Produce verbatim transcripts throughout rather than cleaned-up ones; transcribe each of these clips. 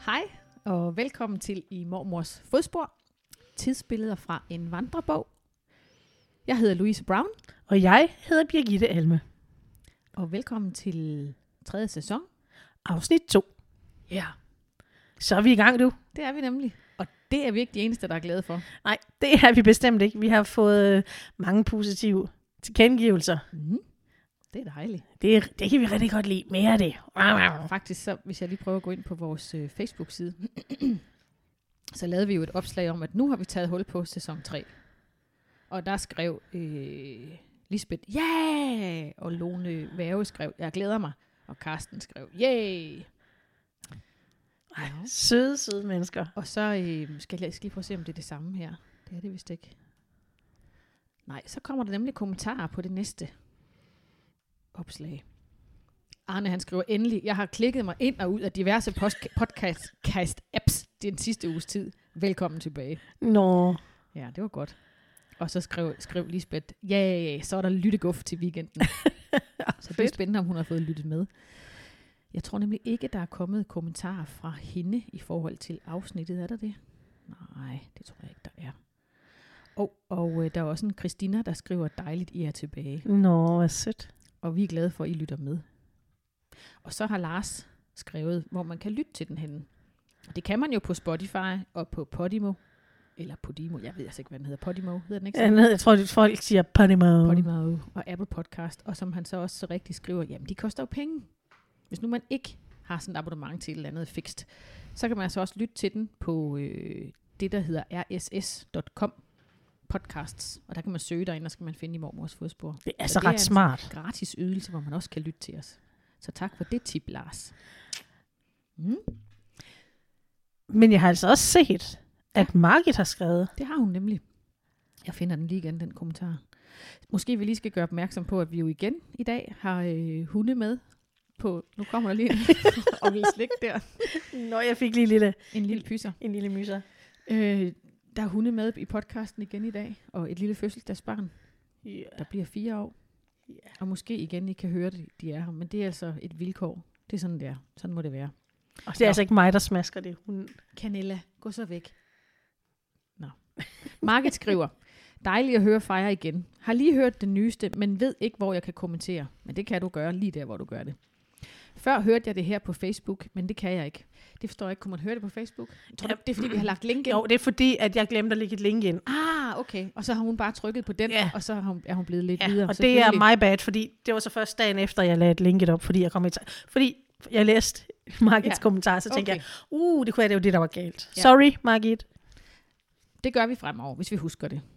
Hej og velkommen til I Mormors Fodspor, tidsbilleder fra en vandrebog. Jeg hedder Louise Brown. Og jeg hedder Birgitte Alme. Og velkommen til tredje sæson. Afsnit to. Ja. Så er vi i gang, du. Det er vi nemlig. Og det er vi ikke de eneste, der er glade for. Nej, det er vi bestemt ikke. Vi har fået øh, mange positive tilkendegivelser. Mm-hmm. Det er dejligt. Det, det kan vi rigtig godt lide. Mere af det. Faktisk, så, hvis jeg lige prøver at gå ind på vores øh, Facebook-side, så lavede vi jo et opslag om, at nu har vi taget hul på sæson tre. Og der skrev øh, Lisbeth, ja! Yeah! Og Lone Værge skrev, jeg glæder mig. Og Karsten skrev, yay! Ej, søde, søde mennesker. Og så øh, skal jeg lige prøve at se, om det er det samme her. Det er det vist ikke. Nej, så kommer der nemlig kommentarer på det næste opslag. Arne, han skriver endelig, jeg har klikket mig ind og ud af diverse podcast-apps den sidste uges tid. Velkommen tilbage. Nå. Ja, det var godt. Og så skrev, skrev Lisbeth, ja, yeah, så er der lytteguf til weekenden. Så det er spændende, om hun har fået lyttet med. Jeg tror nemlig ikke, der er kommet kommentarer fra hende i forhold til afsnittet. Er der det? Nej, det tror jeg ikke, der er. Og, og øh, der er også en Christina, der skriver, dejligt, I er tilbage. Nå, hvad sødt. Og vi er glade for, at I lytter med. Og så har Lars skrevet, hvor man kan lytte til den henne. Det kan man jo på Spotify og på Podimo. Eller Podimo, jeg ved altså ikke, hvad den hedder. Podimo, hedder den ikke så? Jeg tror, at folk siger Podimo. Podimo og Apple Podcast. Og som han så også så rigtig skriver, jamen de koster jo penge. Hvis nu man ikke har sådan et abonnement til et eller andet fikst, så kan man altså også lytte til den på øh, det, der hedder r s s punktum com podcasts. Og der kan man søge derinde, og så kan man finde I Mormors Fodspor. Det er altså ret er smart. Det er en gratis ydelse, hvor man også kan lytte til os. Så tak for det tip, Lars. Mm. Men jeg har altså også set, at Margit har skrevet. Det har hun nemlig. Jeg finder den lige igen, den kommentar. Måske vi lige skal gøre opmærksom på, at vi jo igen i dag har øh, hunde med. På, nu kommer der lige en og vil slik der. Nå, jeg fik lige en lille, en lille pyser. En lille myser. Øh, der er hunde med i podcasten igen i dag, og et lille fødselsdagsbarn, yeah. der bliver fire år. Yeah. Og måske igen, I kan høre det, de er her, men det er altså et vilkår. Det er sådan, det er. Sådan må det være. Og det er Nå. altså ikke mig, der smasker det. Hun... Canella, gå så væk. Nå. Margit skriver, dejligt at høre Freja igen. Har lige hørt det nyeste, men ved ikke, hvor jeg kan kommentere. Men det kan du gøre lige der, hvor du gør det. Før hørte jeg det her på Facebook, men det kan jeg ikke. Det forstår jeg ikke. Kunne man høre det på Facebook? Jeg tror, ja. Det er fordi, vi har lagt link ind. Jo, det er fordi, at jeg glemte at lægge et link ind. Ah, okay. Og så har hun bare trykket på den, ja. Og så er hun, er hun blevet lidt ja, videre. Og det er my bad, fordi det var så først dagen efter, jeg lagde et linket op, fordi jeg kom i t- Fordi jeg læste Margits ja. kommentar, så tænkte okay. jeg, uh, det kunne være, det var det, der var galt. Ja. Sorry, Margit. Det gør vi fremover, hvis vi husker det.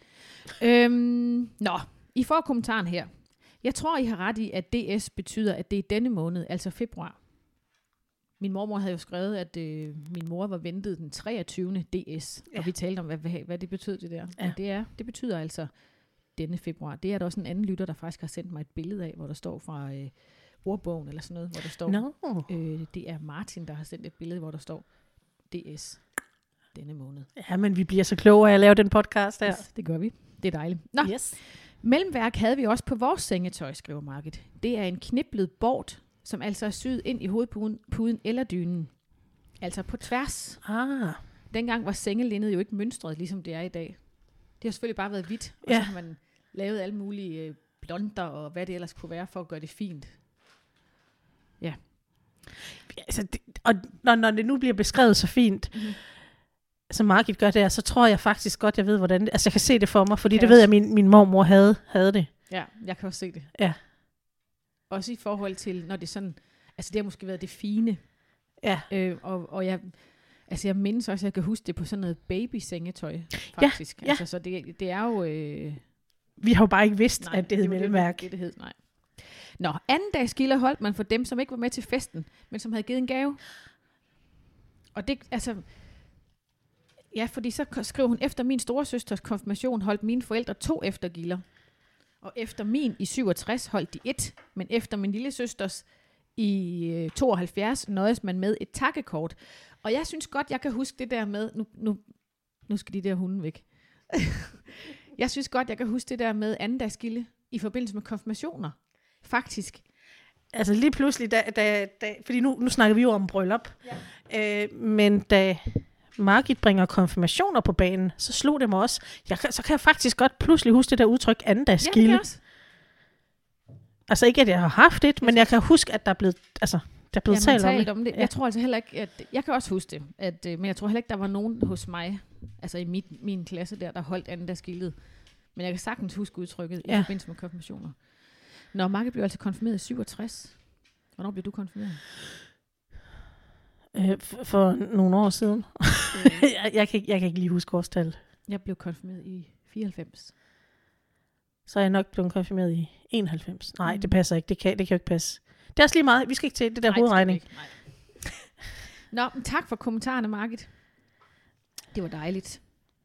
Øhm, nå, I får kommentaren her. Jeg tror, I har ret i, at D S betyder, at det er denne måned, altså februar. Min mormor havde jo skrevet, at øh, min mor var ventet den treogtyvende D S, ja. Og vi talte om, hvad, hvad, hvad det betød det der. Ja. Men det, er, det betyder altså denne februar. Det er der også en anden lytter, der faktisk har sendt mig et billede af, hvor der står fra øh, ordbogen eller sådan noget, hvor der står, no. øh, det er Martin, der har sendt et billede, hvor der står D S denne måned. Ja, men vi bliver så klogere af at lave den podcast her. Yes, det gør vi. Det er dejligt. Nå. Yes. Mellemværk havde vi også på vores sengetøj, skriver Margit. Det er en kniplet bort, som altså er syet ind i hovedpuden puden eller dynen. Altså på tværs. Ah. Dengang var sengelindet jo ikke mønstret, ligesom det er i dag. Det har selvfølgelig bare været hvidt, og ja. så har man lavet alle mulige øh, blonder og hvad det ellers kunne være for at gøre det fint. Ja. Altså, det, og når, når det nu bliver beskrevet så fint, mm-hmm. som Margit gør det, så tror jeg faktisk godt, jeg ved, hvordan det, altså jeg kan se det for mig, fordi kan det ved jeg, at min, min mormor havde, havde det. Ja, jeg kan også se det. Ja. Også i forhold til, når det er sådan, altså det har måske været det fine. Ja. Øh, og, og jeg, altså jeg mindes også, at jeg kan huske det på sådan noget baby-sengetøj, faktisk. Ja, altså ja. så det, det er jo... Øh... Vi har jo bare ikke vidst, nej, at det hed Mellemværk. Det, det hed, nej. Nå, anden dags gilder holdt man for dem, som ikke var med til festen, men som havde givet en gave. Og det, altså... Ja, fordi så skrev hun, efter min storesøsters konfirmation holdt mine forældre to eftergilder. Og efter min i syvogtres holdt de et, men efter min lille søsters i øh, tooghalvfjerds nøjes man med et takkekort. Og jeg synes godt, jeg kan huske det der med, nu, nu, nu skal de der hunde væk. Jeg synes godt, jeg kan huske det der med andendagsgilde i forbindelse med konfirmationer. Faktisk. altså lige pludselig, da, da, da, fordi nu, nu snakker vi jo om bryllup, ja. øh, men da Margit bringer konfirmationer på banen, så slog det mig også. Jeg, så kan jeg faktisk godt pludselig huske det der udtryk andendagsgilde. Ja, altså ikke, at jeg har haft det, men jeg kan huske, at der er blevet, altså, der er blevet ja, talt, talt om det. om det. Ja. Jeg tror altså heller ikke, at jeg kan også huske det, at, men jeg tror heller ikke, der var nogen hos mig, altså i mit, min klasse der, der holdt andendagsgildet. Men jeg kan sagtens huske udtrykket ja. i forbindelse med konfirmationer. Når Margit blev altså konfirmeret i syvogtres. Hvornår blev du konfirmeret? Øh, for, for nogle år siden. Øh. jeg, jeg, kan, jeg kan ikke lige huske årstallet. Jeg blev konfirmeret i fireoghalvfems. Så er jeg nok blevet konfirmeret i enoghalvfems. Nej, mm. det passer ikke. Det kan, det kan jo ikke passe. Det er også lige meget. Vi skal ikke til det der Nej, hovedregning. Nå, tak for kommentarerne, Margit. Det var dejligt.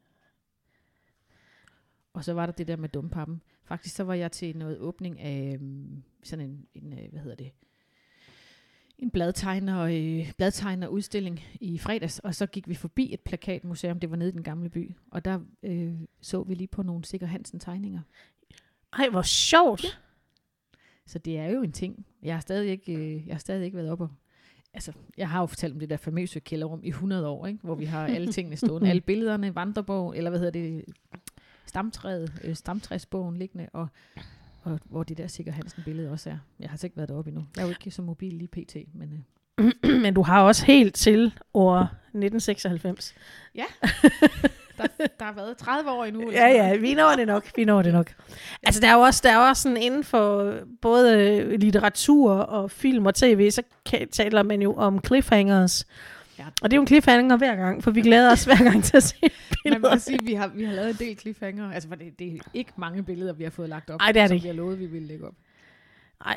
Og så var der det der med dumpappen. Faktisk så var jeg til noget åbning af um, sådan en, en, hvad hedder det, en bladtegner, øh, bladtegnerudstilling i fredags, og så gik vi forbi et plakatmuseum, det var nede i Den Gamle By, og der øh, så vi lige på nogle Sikker Hansen tegninger. Ej, hvor sjovt! Ja. Så det er jo en ting. Jeg har stadig ikke, øh, jeg har stadig ikke været oppe og, altså, jeg har jo fortalt om det der famøse kælderrum i hundrede år, ikke? Hvor vi har alle tingene stående, alle billederne, vandrebog, eller hvad hedder det, stamtræet, øh, stamtræsbogen liggende, og, og hvor det der Sikker Hansen billede også er. Jeg har altså ikke været deroppe endnu. Jeg er jo ikke så mobil lige pt, men... Øh. Men du har også helt til år nitten seksoghalvfems. Ja, der, der har været tredive år endnu. Ja, ja, vi når det nok, vi når det nok. Altså, der er jo også, der er også sådan inden for både litteratur og film og tv, så taler man jo om cliffhangers. Ja. Og det er jo en cliffhanger hver gang, for vi glæder os hver gang til at se billeder. Man må sige, at vi har, vi har lavet en del cliffhanger. Altså, for det, det er ikke mange billeder, vi har fået lagt op, Ej, det er det som ikke. vi har lovet, vi ville lægge op. Nej.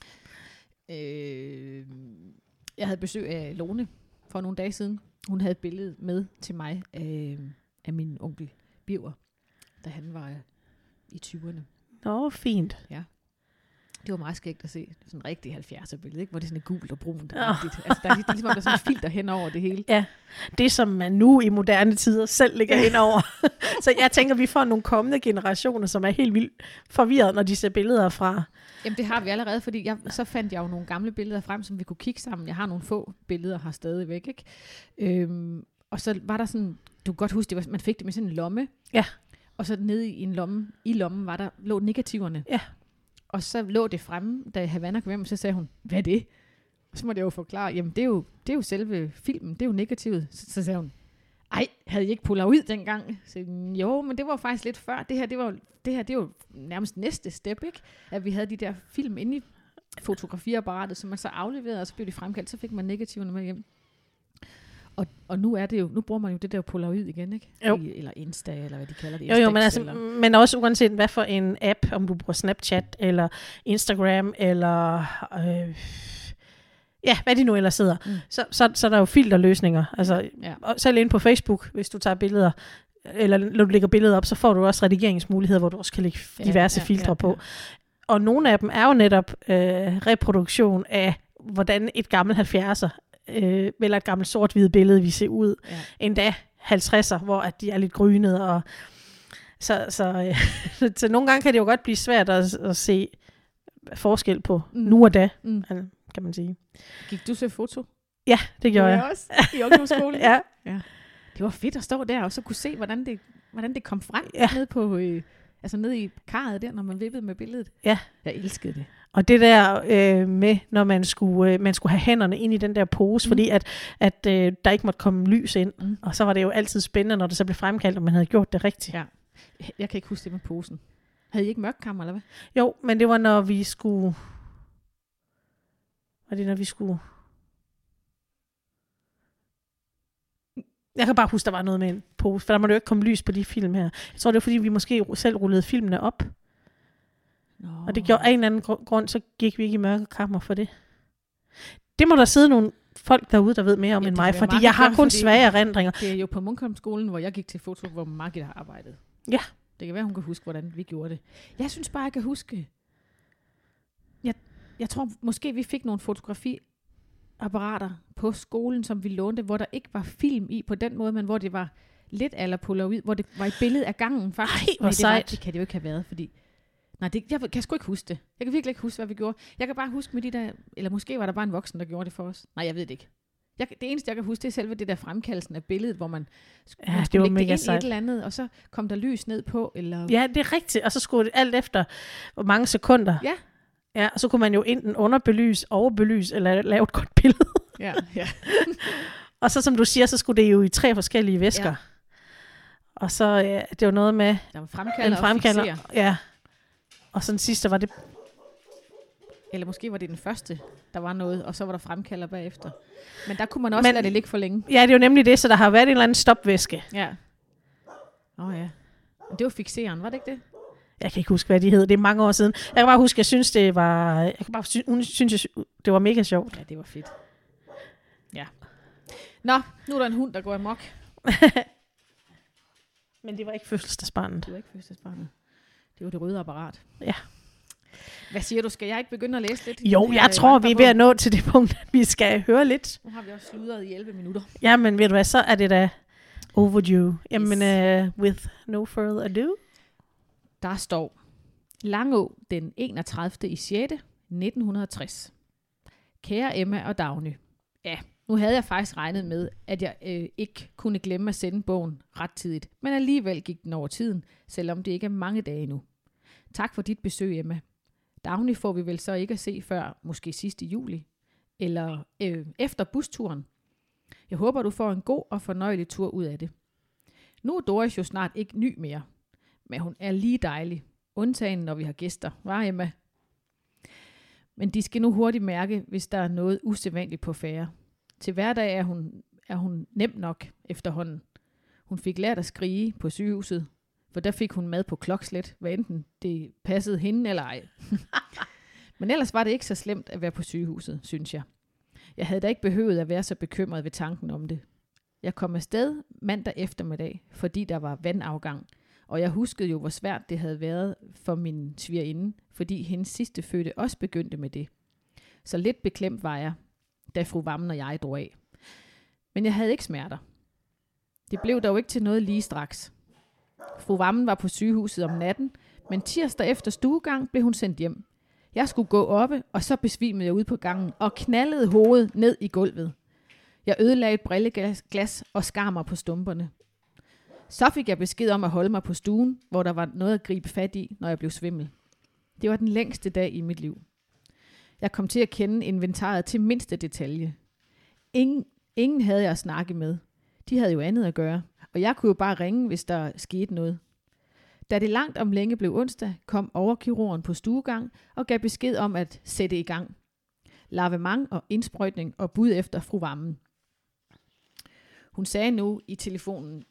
Øh, jeg havde besøg af Lone for nogle dage siden. Hun havde et billede med til mig af, af min onkel Birger, da han var i tyverne. Nå, fint. Ja. Det var meget skægt at se. Sådan en rigtig halvfjerdser billede, ikke? Hvor det er sådan et gult og brunt. Oh. Altså, der er ligesom, der er sådan et filter hen over det hele. Ja, det som man nu i moderne tider selv ligger hen over. Så jeg tænker, vi får nogle kommende generationer, som er helt vildt forvirret, når de ser billeder fra... Jamen det har vi allerede, fordi jeg, så fandt jeg jo nogle gamle billeder frem, som vi kunne kigge sammen. Jeg har nogle få billeder her stadigvæk, ikke? Øhm, og så var der sådan, du kan godt huske, det var, man fik det med sådan en lomme. Ja. Og så nede i en lomme, i lommen var der, lå negativerne. Ja. Og så lå det fremme, da Havana kom hjem, og så sagde hun, hvad er det? Og så måtte jeg jo forklare, jamen det er jo, det er jo selve filmen, det er jo negativet. Så, så sagde hun, ej, havde I ikke polaroid dengang? Så jo, men det var faktisk lidt før. Det her, det var, det her, det er jo nærmest næste step, ikke? At vi havde de der film inde i fotografiapparatet, som man så afleverede, og så blev de fremkaldt, så fik man negativerne med hjem. Og, og nu er det jo, nu bruger man jo det der polaroid igen, ikke? I, eller Insta, eller hvad de kalder det. Jo, jo, men, altså, men også uanset hvad for en app, om du bruger Snapchat, eller Instagram, eller øh, ja, hvad de nu ellers sidder, mm. så, så, så er der jo filterløsninger. Altså, ja. Selv inde på Facebook, hvis du tager billeder, eller når du lægger billeder op, så får du også redigeringsmuligheder, hvor du også kan lægge diverse ja, ja, filtre ja, ja. på. Og nogle af dem er jo netop øh, reproduktion af, hvordan et gammelt halvfjerdser Øh, eller et gammelt sort-hvidt billede, vi ser ud. Ja. Endda halvtredser, hvor at de er lidt grynede. Og så, så, øh, så nogle gange kan det jo godt blive svært at, at se forskel på mm. nu og da, mm. kan man sige. Gik du til foto? Ja, det gjorde jeg. jeg også. I ungdomsskolen? ja. ja. Det var fedt at stå der, og så kunne se, hvordan det, hvordan det kom frem ja. ned på... Øh, altså ned i karret der, når man vippede med billedet. Ja. Jeg elskede det. Og det der øh, med, når man skulle, øh, man skulle have hænderne ind i den der pose, mm. fordi at, at øh, der ikke måtte komme lys ind. Mm. Og så var det jo altid spændende, når det så blev fremkaldt, og man havde gjort det rigtigt. Ja. Jeg kan ikke huske det med posen. Havde I ikke mørkkammer, eller hvad? Jo, men det var, når vi skulle... Var det, når vi skulle... Jeg kan bare huske, der var noget med en pose, for der må jo ikke komme lys på de film her. Jeg tror, det var, fordi vi måske selv rullede filmene op. Nå. Og det gjorde af en eller anden grund, så gik vi ikke i mørke kammer for det. Det må der sidde nogle folk derude, der ved mere om ja, end mig, fordi jeg har kun svage erindringer. Det er jo på Munkholm-skolen, hvor jeg gik til foto, hvor Margit har arbejdet. Ja. Det kan være, hun kan huske, hvordan vi gjorde det. Jeg synes bare, jeg kan huske... Jeg, jeg tror, måske vi fik nogle fotografiapparater på skolen, som vi lånte, hvor der ikke var film i på den måde, men hvor det var lidt a la polaroid, hvor det var et billede af gangen faktisk. Ej, hvor sejt. Det, det kan det jo ikke have været, fordi... Nej, det, jeg kan sgu ikke huske det. Jeg kan virkelig ikke huske, hvad vi gjorde. Jeg kan bare huske med de der, eller måske var der bare en voksen, der gjorde det for os. Nej, jeg ved det ikke. Jeg, det eneste, jeg kan huske, det er selve det der fremkaldelsen af billedet, hvor man, Ja, man det skulle var lægge det mega ind i sejt. et eller andet, og så kom der lys ned på, eller... Ja, det er rigtigt. Og så skulle det alt efter, hvor mange sekunder. Ja. Ja, og så kunne man jo enten underbelyse, overbelyse, eller lave et godt billede. Ja, ja. Og så som du siger, så skulle det jo i tre forskellige væsker. Ja. Og så, ja, det var noget med... Der var fremkalder en fremkalder. og fixerer. Ja. Og så den sidste var det... Eller måske var det den første, der var noget, og så var der fremkalder bagefter. Men der kunne man også Men- lade det ligge for længe. Ja, det er jo nemlig det, så der har været en eller anden stopvæske. Ja. Åh oh, ja. Men det var fixeren, var det ikke det? Jeg kan ikke huske, hvad de hed. Det er mange år siden. Jeg kan bare huske, jeg synes, det var... Jeg kan bare sy- hun synes, jeg, det var mega sjovt. Ja, det var fedt. Ja. Nå, nu er der en hund, der går amok. Men det var ikke fødselsdagsbarnet. Det var ikke fødselsbarnet. Det var det røde apparat. Ja. Hvad siger du? Skal jeg ikke begynde at læse lidt? Jo, Den her, jeg øh, tror, vi er ved vandrebog? at nå til det punkt, at vi skal høre lidt. Nu har vi også sludret i elleve minutter. Ja, men ved du hvad, så er det da overdue. Jamen, Yes. uh, with no further ado. Der står Langå den enogtredivte i sjette nitten tres. Kære Emma og Dagny. Ja, nu havde jeg faktisk regnet med, at jeg øh, ikke kunne glemme at sende bogen rettidigt, men alligevel gik den over tiden, selvom det ikke er mange dage nu. Tak for dit besøg, Emma. Dagny får vi vel så ikke at se før, måske sidst i juli, eller øh, efter busturen. Jeg håber, du får en god og fornøjelig tur ud af det. Nu er Doris jo snart ikke ny mere, men hun er lige dejlig. Undtagen, når vi har gæster. Var Emma? Men de skal nu hurtigt mærke, hvis der er noget usædvanligt på færre. Til hverdag er hun, er hun nem nok efterhånden. Hun fik lært at skrige på sygehuset, for der fik hun mad på klokslet, hvad enten det passede hende eller ej. Men ellers var det ikke så slemt at være på sygehuset, synes jeg. Jeg havde da ikke behøvet at være så bekymret ved tanken om det. Jeg kom afsted mandag eftermiddag, fordi der var vandafgang, og jeg huskede jo, hvor svært det havde været for min svigerinde, fordi hendes sidste fødte også begyndte med det. Så lidt beklemt var jeg, da fru Vammen og jeg drog af. Men jeg havde ikke smerter. Det blev dog ikke til noget lige straks. Fru Vammen var på sygehuset om natten, men tirsdag efter stuegang blev hun sendt hjem. Jeg skulle gå oppe, og så besvimede jeg ude på gangen og knaldede hovedet ned i gulvet. Jeg ødelagde et brilleglas glas og skar mig på stumperne. Så fik jeg besked om at holde mig på stuen, hvor der var noget at gribe fat i, når jeg blev svimmel. Det var den længste dag i mit liv. Jeg kom til at kende inventaret til mindste detalje. Ingen, ingen havde jeg at snakke med. De havde jo andet at gøre, og jeg kunne jo bare ringe, hvis der skete noget. Da det langt om længe blev onsdag, kom overkirurgen på stuegang og gav besked om at sætte i gang. Lavement og indsprøjtning og bud efter fru Vammen. Hun sagde nu i telefonen,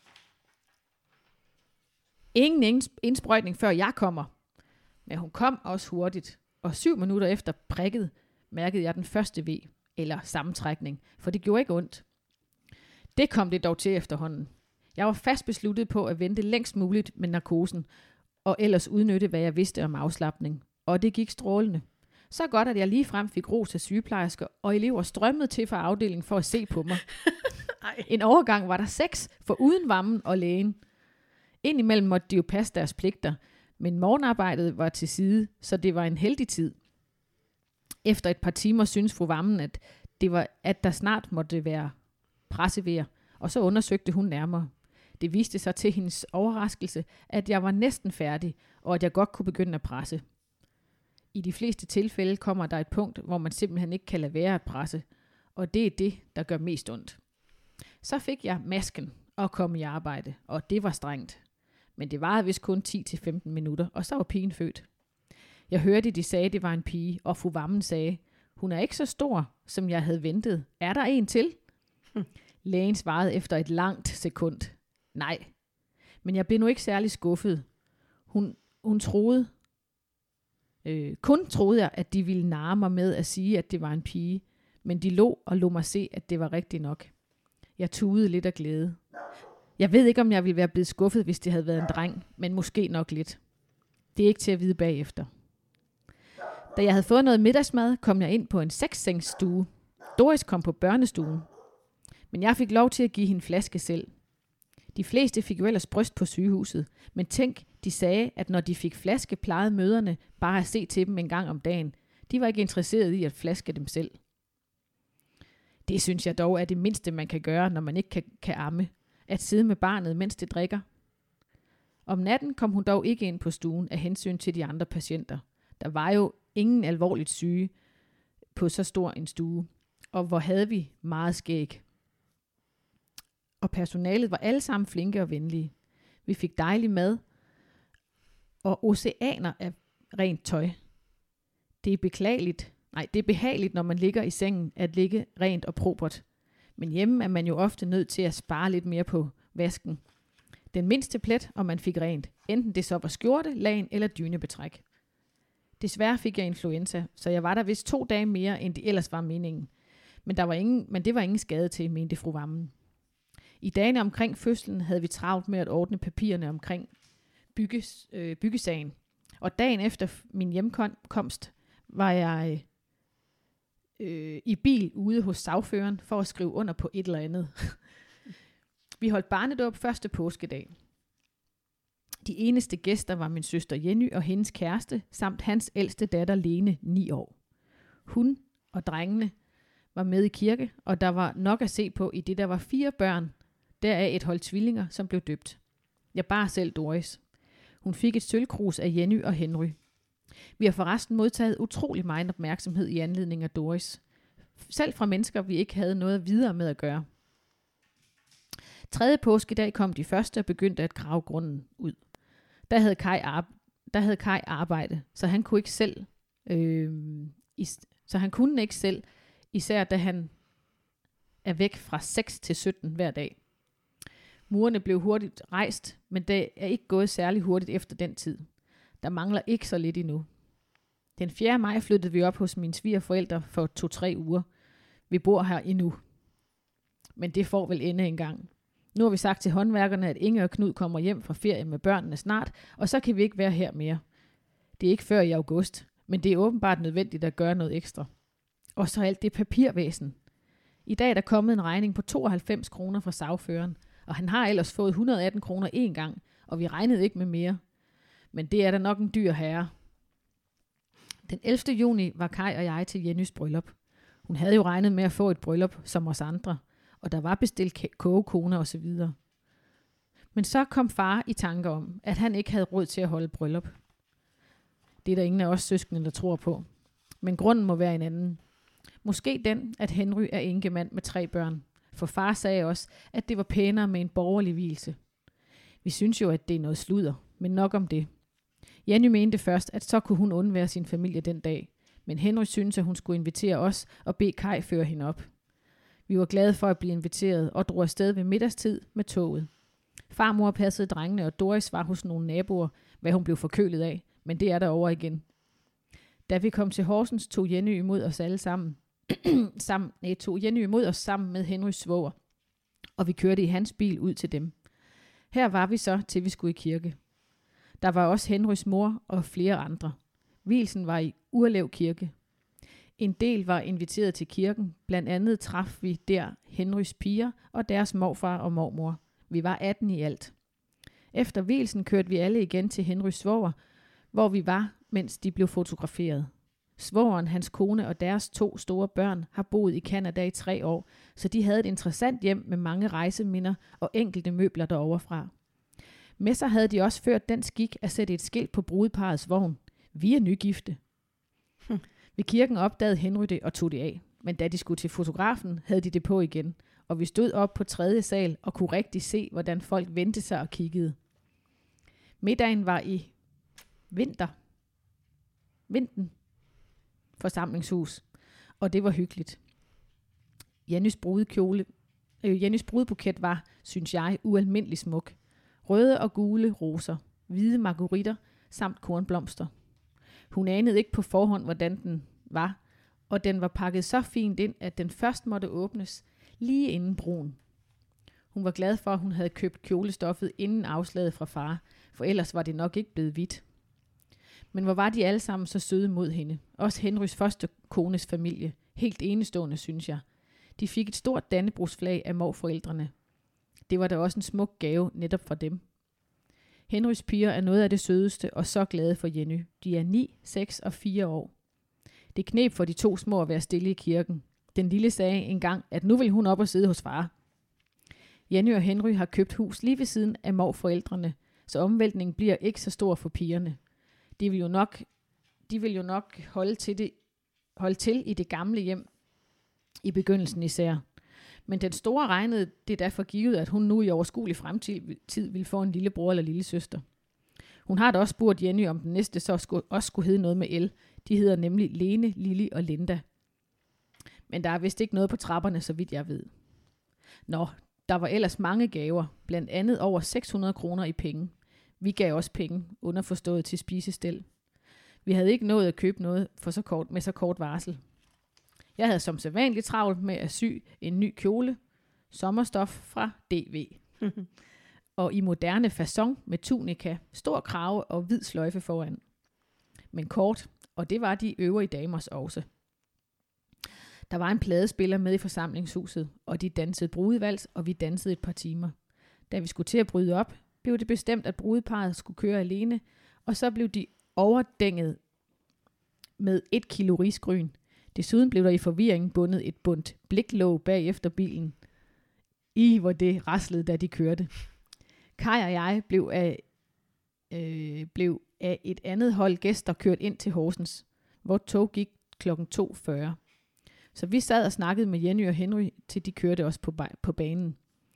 ingen indsprøjtning før jeg kommer. Men hun kom også hurtigt, og syv minutter efter prikket mærkede jeg den første V, eller sammentrækning, for det gjorde ikke ondt. Det kom det dog til efterhånden. Jeg var fast besluttet på at vente længst muligt med narkosen, og ellers udnytte, hvad jeg vidste om afslapning. Og det gik strålende. Så godt, at jeg ligefrem fik ros af sygeplejersker, og elever strømmede til fra afdelingen for at se på mig. En overgang var der seks, for uden Vammen og lægen. Indimellem måtte de jo passe deres pligter, men morgenarbejdet var til side, så det var en heldig tid. Efter et par timer synes fru Vammen, at, det var, at der snart måtte være pressevejr, og så undersøgte hun nærmere. Det viste sig til hendes overraskelse, at jeg var næsten færdig, og at jeg godt kunne begynde at presse. I de fleste tilfælde kommer der et punkt, hvor man simpelthen ikke kan lade være at presse, og det er det, der gør mest ondt. Så fik jeg masken og kom i arbejde, og det var strengt. Men det varede vist kun ti til femten minutter, og så var pigen født. Jeg hørte, de sagde, det var en pige, og fru Vammen sagde, hun er ikke så stor, som jeg havde ventet. Er der en til? Hm. Lægen svarede efter et langt sekund. Nej. Men jeg blev nu ikke særlig skuffet. Hun, hun troede, øh, kun troede jeg, at de ville narre mig med at sige, at det var en pige. Men de lå og lod mig se, at det var rigtigt nok. Jeg tudede lidt af glæde. Jeg ved ikke, om jeg ville være blevet skuffet, hvis det havde været en dreng, men måske nok lidt. Det er ikke til at vide bagefter. Da jeg havde fået noget middagsmad, kom jeg ind på en sekssengsstue. Doris kom på børnestuen. Men jeg fik lov til at give hende flaske selv. De fleste fik jo ellers bryst på sygehuset, men tænk, De sagde, at når de fik flaske, plejede møderne bare at se til dem en gang om dagen. De var ikke interesserede i at flaske dem selv. Det synes jeg dog er det mindste, man kan gøre, når man ikke kan, kan amme. At sidde med barnet, mens det drikker. Om natten kom hun dog ikke ind på stuen af hensyn til de andre patienter. Der var jo ingen alvorligt syge på så stor en stue. Og hvor havde vi meget skæg. Og personalet var alle sammen flinke og venlige. Vi fik dejlig mad og oceaner af rent tøj. Det er beklageligt, nej, det er behageligt, når man ligger i sengen, at ligge rent og propert. Men hjemme er man jo ofte nødt til at spare lidt mere på vasken. Den mindste plet, og man fik rent. Enten det så var skjorte, lagen eller dynebetræk. Desværre fik jeg influenza, så jeg var der vist to dage mere, end det ellers var meningen. Men, der var ingen, men det var ingen skade til, mente fru Vammen. I dagene omkring fødslen havde vi travlt med at ordne papirerne omkring bygges, øh, byggesagen. Og dagen efter min hjemkomst var jeg øh, i bil ude hos sagføreren for at skrive under på et eller andet. Vi holdt barnedåb første påskedag. De eneste gæster var min søster Jenny og hendes kæreste, samt hans ældste datter Lene, ni år. Hun og drengene var med i kirke, og der var nok at se på i det, der var fire børn, deraf et hold tvillinger, som blev døbt. Jeg bar selv Doris. Hun fik et sølvkrus af Jenny og Henry. Vi har forresten modtaget utrolig meget opmærksomhed i anledning af Doris. Selv fra mennesker, vi ikke havde noget videre med at gøre. Tredje påskedag kom de første og begyndte at grave grunden ud. Der havde Kai, arbe- der havde Kai arbejde, så han kunne ikke selv, øh, is- så han kunne ikke selv, især da han er væk fra seks til sytten hver dag. Murene blev hurtigt rejst, men det er ikke gået særlig hurtigt efter den tid. Der mangler ikke så lidt endnu. Den fjerde maj flyttede vi op hos mine svigerforældre for to-tre uger. Vi bor her endnu. Men det får vel ende engang. Nu har vi sagt til håndværkerne, at Inge og Knud kommer hjem fra ferie med børnene snart, og så kan vi ikke være her mere. Det er ikke før i august, men det er åbenbart nødvendigt at gøre noget ekstra. Og så alt det papirvæsen. I dag er der kommet en regning på tooghalvfems kroner fra sagføreren, og han har ellers fået et hundrede og atten kroner én gang, og vi regnede ikke med mere. Men det er da nok en dyr herre. Den ellevte juni var Kai og jeg til Jennys bryllup. Hun havde jo regnet med at få et bryllup som os andre, og der var bestilt kogekoner og så videre. Men så kom far i tanker om, at han ikke havde råd til at holde bryllup. Det er der ingen af os søskende, der tror på. Men grunden må være en anden. Måske den, at Henry er enkemand med tre børn. For far sagde også, at det var pænere med en borgerlig vielse. Vi synes jo, at det er noget sludder, men nok om det. Jenny mente først, at så kunne hun undvære sin familie den dag. Men Henry syntes, at hun skulle invitere os og bede Kai føre hende op. Vi var glade for at blive inviteret og drog afsted ved middagstid med toget. Farmor passede drengene, og Doris var hos nogle naboer, hvad hun blev forkølet af, men det er der over igen. Da vi kom til Horsens, tog Jenny imod os alle sammen. sammen nej, tog Jenny imod os sammen med Henrys svoger, og vi kørte i hans bil ud til dem. Her var vi så, til vi skulle i kirke. Der var også Henrys mor og flere andre. Vielsen var i Urlev Kirke. En del var inviteret til kirken. Blandt andet traf vi der Henrys piger og deres morfar og mormor. Vi var atten i alt. Efter vielsen kørte vi alle igen til Henrys svoger, hvor vi var, mens de blev fotograferet. Svogeren, hans kone og deres to store børn har boet i Canada i tre år, så de havde et interessant hjem med mange rejseminder og enkelte møbler deroverfra. Med sig havde de også ført den skik at sætte et skilt på brudeparrets vogn. Vi er nygifte. Hm. Ved kirken opdagede Henry det og tog det af. Men da de skulle til fotografen, havde de det på igen. Og vi stod op på tredje sal og kunne rigtig se, hvordan folk vendte sig og kiggede. Middagen var i vinter. Vinden. Forsamlingshus. Og det var hyggeligt. Jennys brudekjole, øh, Jennys brudebuket var, synes jeg, ualmindelig smuk. Røde og gule roser, hvide marguritter samt kornblomster. Hun anede ikke på forhånd, hvordan den var, og den var pakket så fint ind, at den først måtte åbnes lige inden brugen. Hun var glad for, at hun havde købt kjolestoffet inden afslaget fra far, for ellers var det nok ikke blevet hvidt. Men hvor var de alle sammen så søde mod hende. Også Henrys første kones familie. Helt enestående, synes jeg. De fik et stort dannebrogsflag af morforældrene. Det var da også en smuk gave netop fra dem. Henrys piger er noget af det sødeste og så glade for Jenny. De er ni, seks og fire år. Det kneb for de to små at være stille i kirken. Den lille sagde engang, at nu vil hun op og sidde hos far. Jenny og Henry har købt hus lige ved siden af morforældrene, så omvæltningen bliver ikke så stor for pigerne. De vil jo nok, de vil jo nok holde, til det, holde til i det gamle hjem, i begyndelsen især. Men den store regnede det derfor givet, at hun nu i overskuelig fremtid vil få en lille bror eller lille søster. Hun har da også spurgt Jenny, om den næste så skulle, også skulle hedde noget med L. De hedder nemlig Lene, Lili og Linda. Men der er vist ikke noget på trapperne, så vidt jeg ved. Nå, der var ellers mange gaver, blandt andet over seks hundrede kroner i penge. Vi gav også penge, underforstået til spisestel. Vi havde ikke nået at købe noget for så kort, med så kort varsel. Jeg havde som sædvanligt travlt med at sy en ny kjole, sommerstof fra D V. Og i moderne façon med tunika, stor krave og hvid sløjfe foran. Men kort, og det var de øvrige damers også. Der var en pladespiller med i forsamlingshuset, og de dansede brudevals, og vi dansede et par timer. Da vi skulle til at bryde op, blev det bestemt, at brudeparret skulle køre alene, og så blev de overdænget med et kilo risgryn. Desuden blev der i forvirringen bundet et bundt bliklåg bag efter bilen. I hvor det raslede, da de kørte. Kai og jeg blev af, øh, blev af et andet hold gæster kørt ind til Horsens, hvor tog gik klokken to fyrre. Så vi sad og snakkede med Jenny og Henry, til de kørte os på, på banen.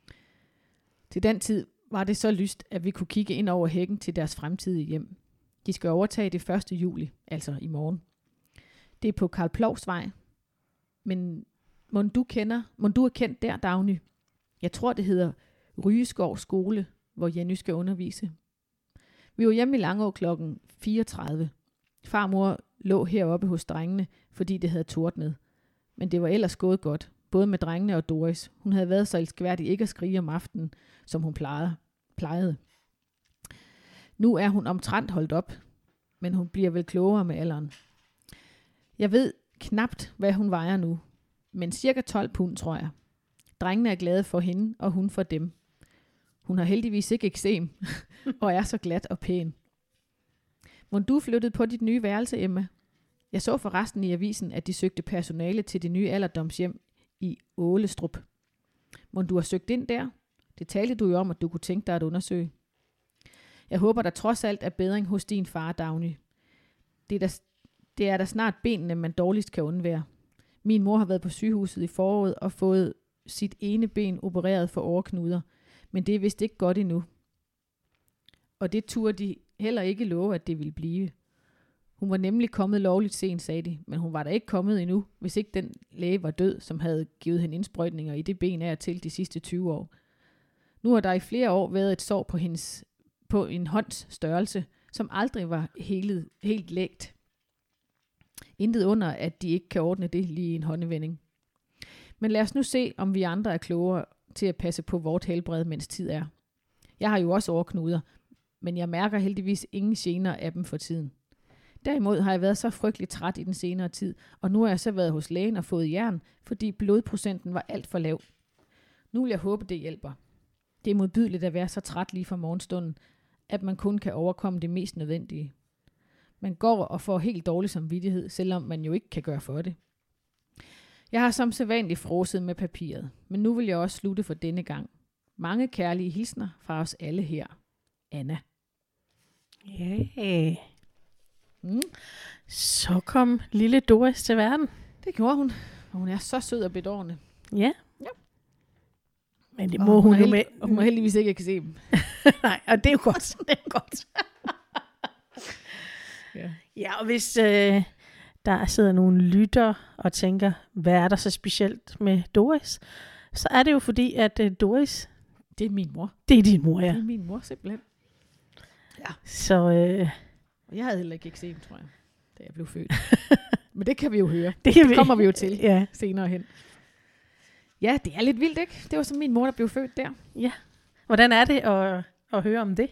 Til den tid var det så lyst, at vi kunne kigge ind over hækken til deres fremtidige hjem. De skal overtage det første juli, altså i morgen. Det er på Karl Plovs vej. Men må du kender, må du er kendt der, Dagny? Jeg tror, det hedder Rygeskov Skole, hvor Jenny skal undervise. Vi var hjemme i Langå klokken fireogtredive. Farmor lå heroppe hos drengene, fordi det havde tordnet. Men det var ellers gået godt, både med drengene og Doris. Hun havde været så elskværdig ikke at skrige om aftenen, som hun plejede. plejede. Nu er hun omtrent holdt op, men hun bliver vel klogere med alderen. Jeg ved knapt, hvad hun vejer nu, men cirka tolv pund, tror jeg. Drengene er glade for hende, og hun for dem. Hun har heldigvis ikke eksem, og er så glat og pæn. Må du flyttede på dit nye værelse, Emma? Jeg så forresten i avisen, at de søgte personale til det nye alderdomshjem i Ålestrup. Må du have søgt ind der? Det talte du jo om, at du kunne tænke dig at undersøge. Jeg håber, der trods alt er bedring hos din far, Dagny. Det er der, det er der snart benene, man dårligst kan undvære. Min mor har været på sygehuset i foråret og fået sit ene ben opereret for overknuder, men det er vist ikke godt endnu. Og det turde de heller ikke love, at det ville blive. Hun var nemlig kommet lovligt sent, sagde de, men hun var da ikke kommet endnu, hvis ikke den læge var død, som havde givet hende indsprøjtninger i det ben af til de sidste tyve år. Nu har der i flere år været et sår på, hendes, på en hånds størrelse, som aldrig var helt, helt lægt. Intet under, at de ikke kan ordne det lige i en håndevending. Men lad os nu se, om vi andre er klogere til at passe på vort helbred, mens tid er. Jeg har jo også overknuder, men jeg mærker heldigvis ingen gener af dem for tiden. Derimod har jeg været så frygtelig træt i den senere tid, og nu har jeg så været hos lægen og fået jern, fordi blodprocenten var alt for lav. Nu vil jeg håbe, det hjælper. Det er modbydeligt at være så træt lige fra morgenstunden, at man kun kan overkomme det mest nødvendige. Man går og får helt dårlig samvittighed, selvom man jo ikke kan gøre for det. Jeg har som sædvanligt froset med papiret, men nu vil jeg også slutte for denne gang. Mange kærlige hilsner fra os alle her. Anna. Yeah. Mm. Så kom lille Doris til verden. Det gjorde hun. Og hun er så sød og bedårende. Ja. Ja. Men det må og hun, hun jo med. Og hun må heldigvis ikke kan se dem. Nej, og det er jo godt. Det er godt. ja. ja, og hvis øh, der sidder nogle lytter og tænker, hvad er der så specielt med Doris? Så er det jo fordi, at øh, Doris... Det er min mor. Det er din mor, ja. Det er min mor simpelthen. Ja. Så... Øh, jeg havde heller ikke eksem, tror jeg, da jeg blev født. Men det kan vi jo høre. Det, det kommer vi jo til ja. senere hen. Ja, det er lidt vildt, ikke? Det var så min mor, der blev født der. Ja. Hvordan er det at, at høre om det?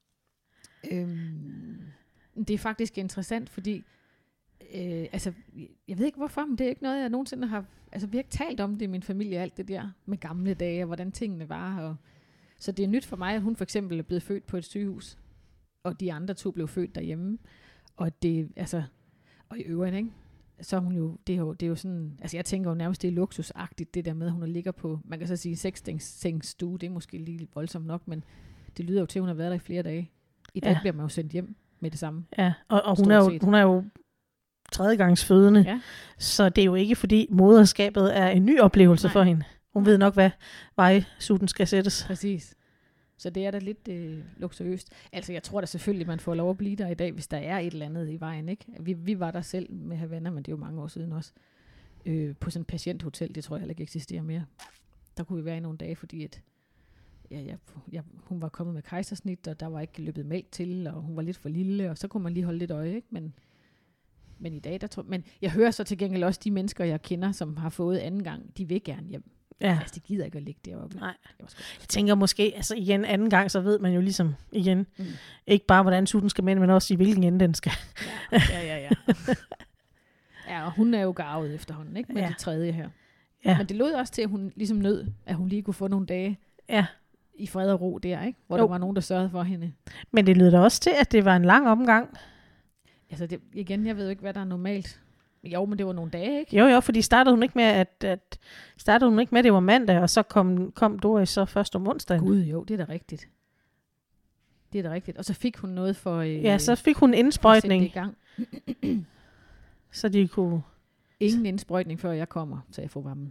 Øhm, det er faktisk interessant, fordi øh, altså, jeg ved ikke hvorfor, men det er ikke noget, jeg nogensinde har... Altså, vi har ikke talt om det i min familie, alt det der med gamle dage, og hvordan tingene var. Og, så det er nyt for mig, at hun for eksempel er blevet født på et sygehus. og de andre to blev født derhjemme. Og det, altså, og i øvrigt, ikke? Så er hun jo, det er jo, det er jo sådan, altså jeg tænker jo nærmest, det er luksusagtigt, det der med, at hun ligger på, man kan så sige, seks-sængs stue, det er måske lige voldsomt nok, men det lyder jo til, at hun har været der i flere dage. I dag ja. bliver man jo sendt hjem med det samme. Ja, og, og hun, er jo, hun er jo tredjegangsfødende, ja. Så det er jo ikke, fordi moderskabet er en ny oplevelse Nej. for hende. Hun ved nok, hvad vejsutten skal sættes. Præcis. Så det er da lidt øh, luksuriøst. Altså, jeg tror da selvfølgelig, man får lov at blive der i dag, hvis der er et eller andet i vejen, ikke? Vi, vi var der selv med Havana, men det er jo mange år siden også. Øh, på sådan et patienthotel, det tror jeg heller ikke eksisterer mere. Der kunne vi være i nogle dage, fordi at, ja, ja, ja, hun var kommet med kejsersnit, og der var ikke løbet mælk til, og hun var lidt for lille, og så kunne man lige holde lidt øje, ikke? Men, men i dag, der tror men jeg hører så til gengæld også de mennesker, jeg kender, som har fået anden gang, de vil gerne hjem. Ja. Altså, det gider ikke at ligge deroppe. Nej. Jeg tænker måske, altså igen anden gang, så ved man jo ligesom igen, mm. ikke bare hvordan sutten skal med, men også i hvilken ende den skal. Ja, ja, ja. Ja, ja og hun er jo garvet efterhånden, ikke? Med ja. det tredje her. Ja. Men det lød også til, at hun ligesom nød, at hun lige kunne få nogle dage ja. i fred og ro der, ikke? Hvor jo. der var nogen, der sørgede for hende. Men det lød da også til, at det var en lang omgang. Altså det, igen, jeg ved jo ikke, hvad der er normalt. Jo, men det var nogle dage, ikke? Jo, jo, fordi startede hun ikke med, at, at startede hun ikke med, at det var mandag, og så kom, kom Doris så først om onsdagen. Gud, jo, det er da rigtigt. Det er da rigtigt. Og så fik hun noget for... Øh, ja, så fik hun indsprøjtning. I gang. Så de kunne... Ingen indsprøjtning, før jeg kommer, sagde fru Vammen.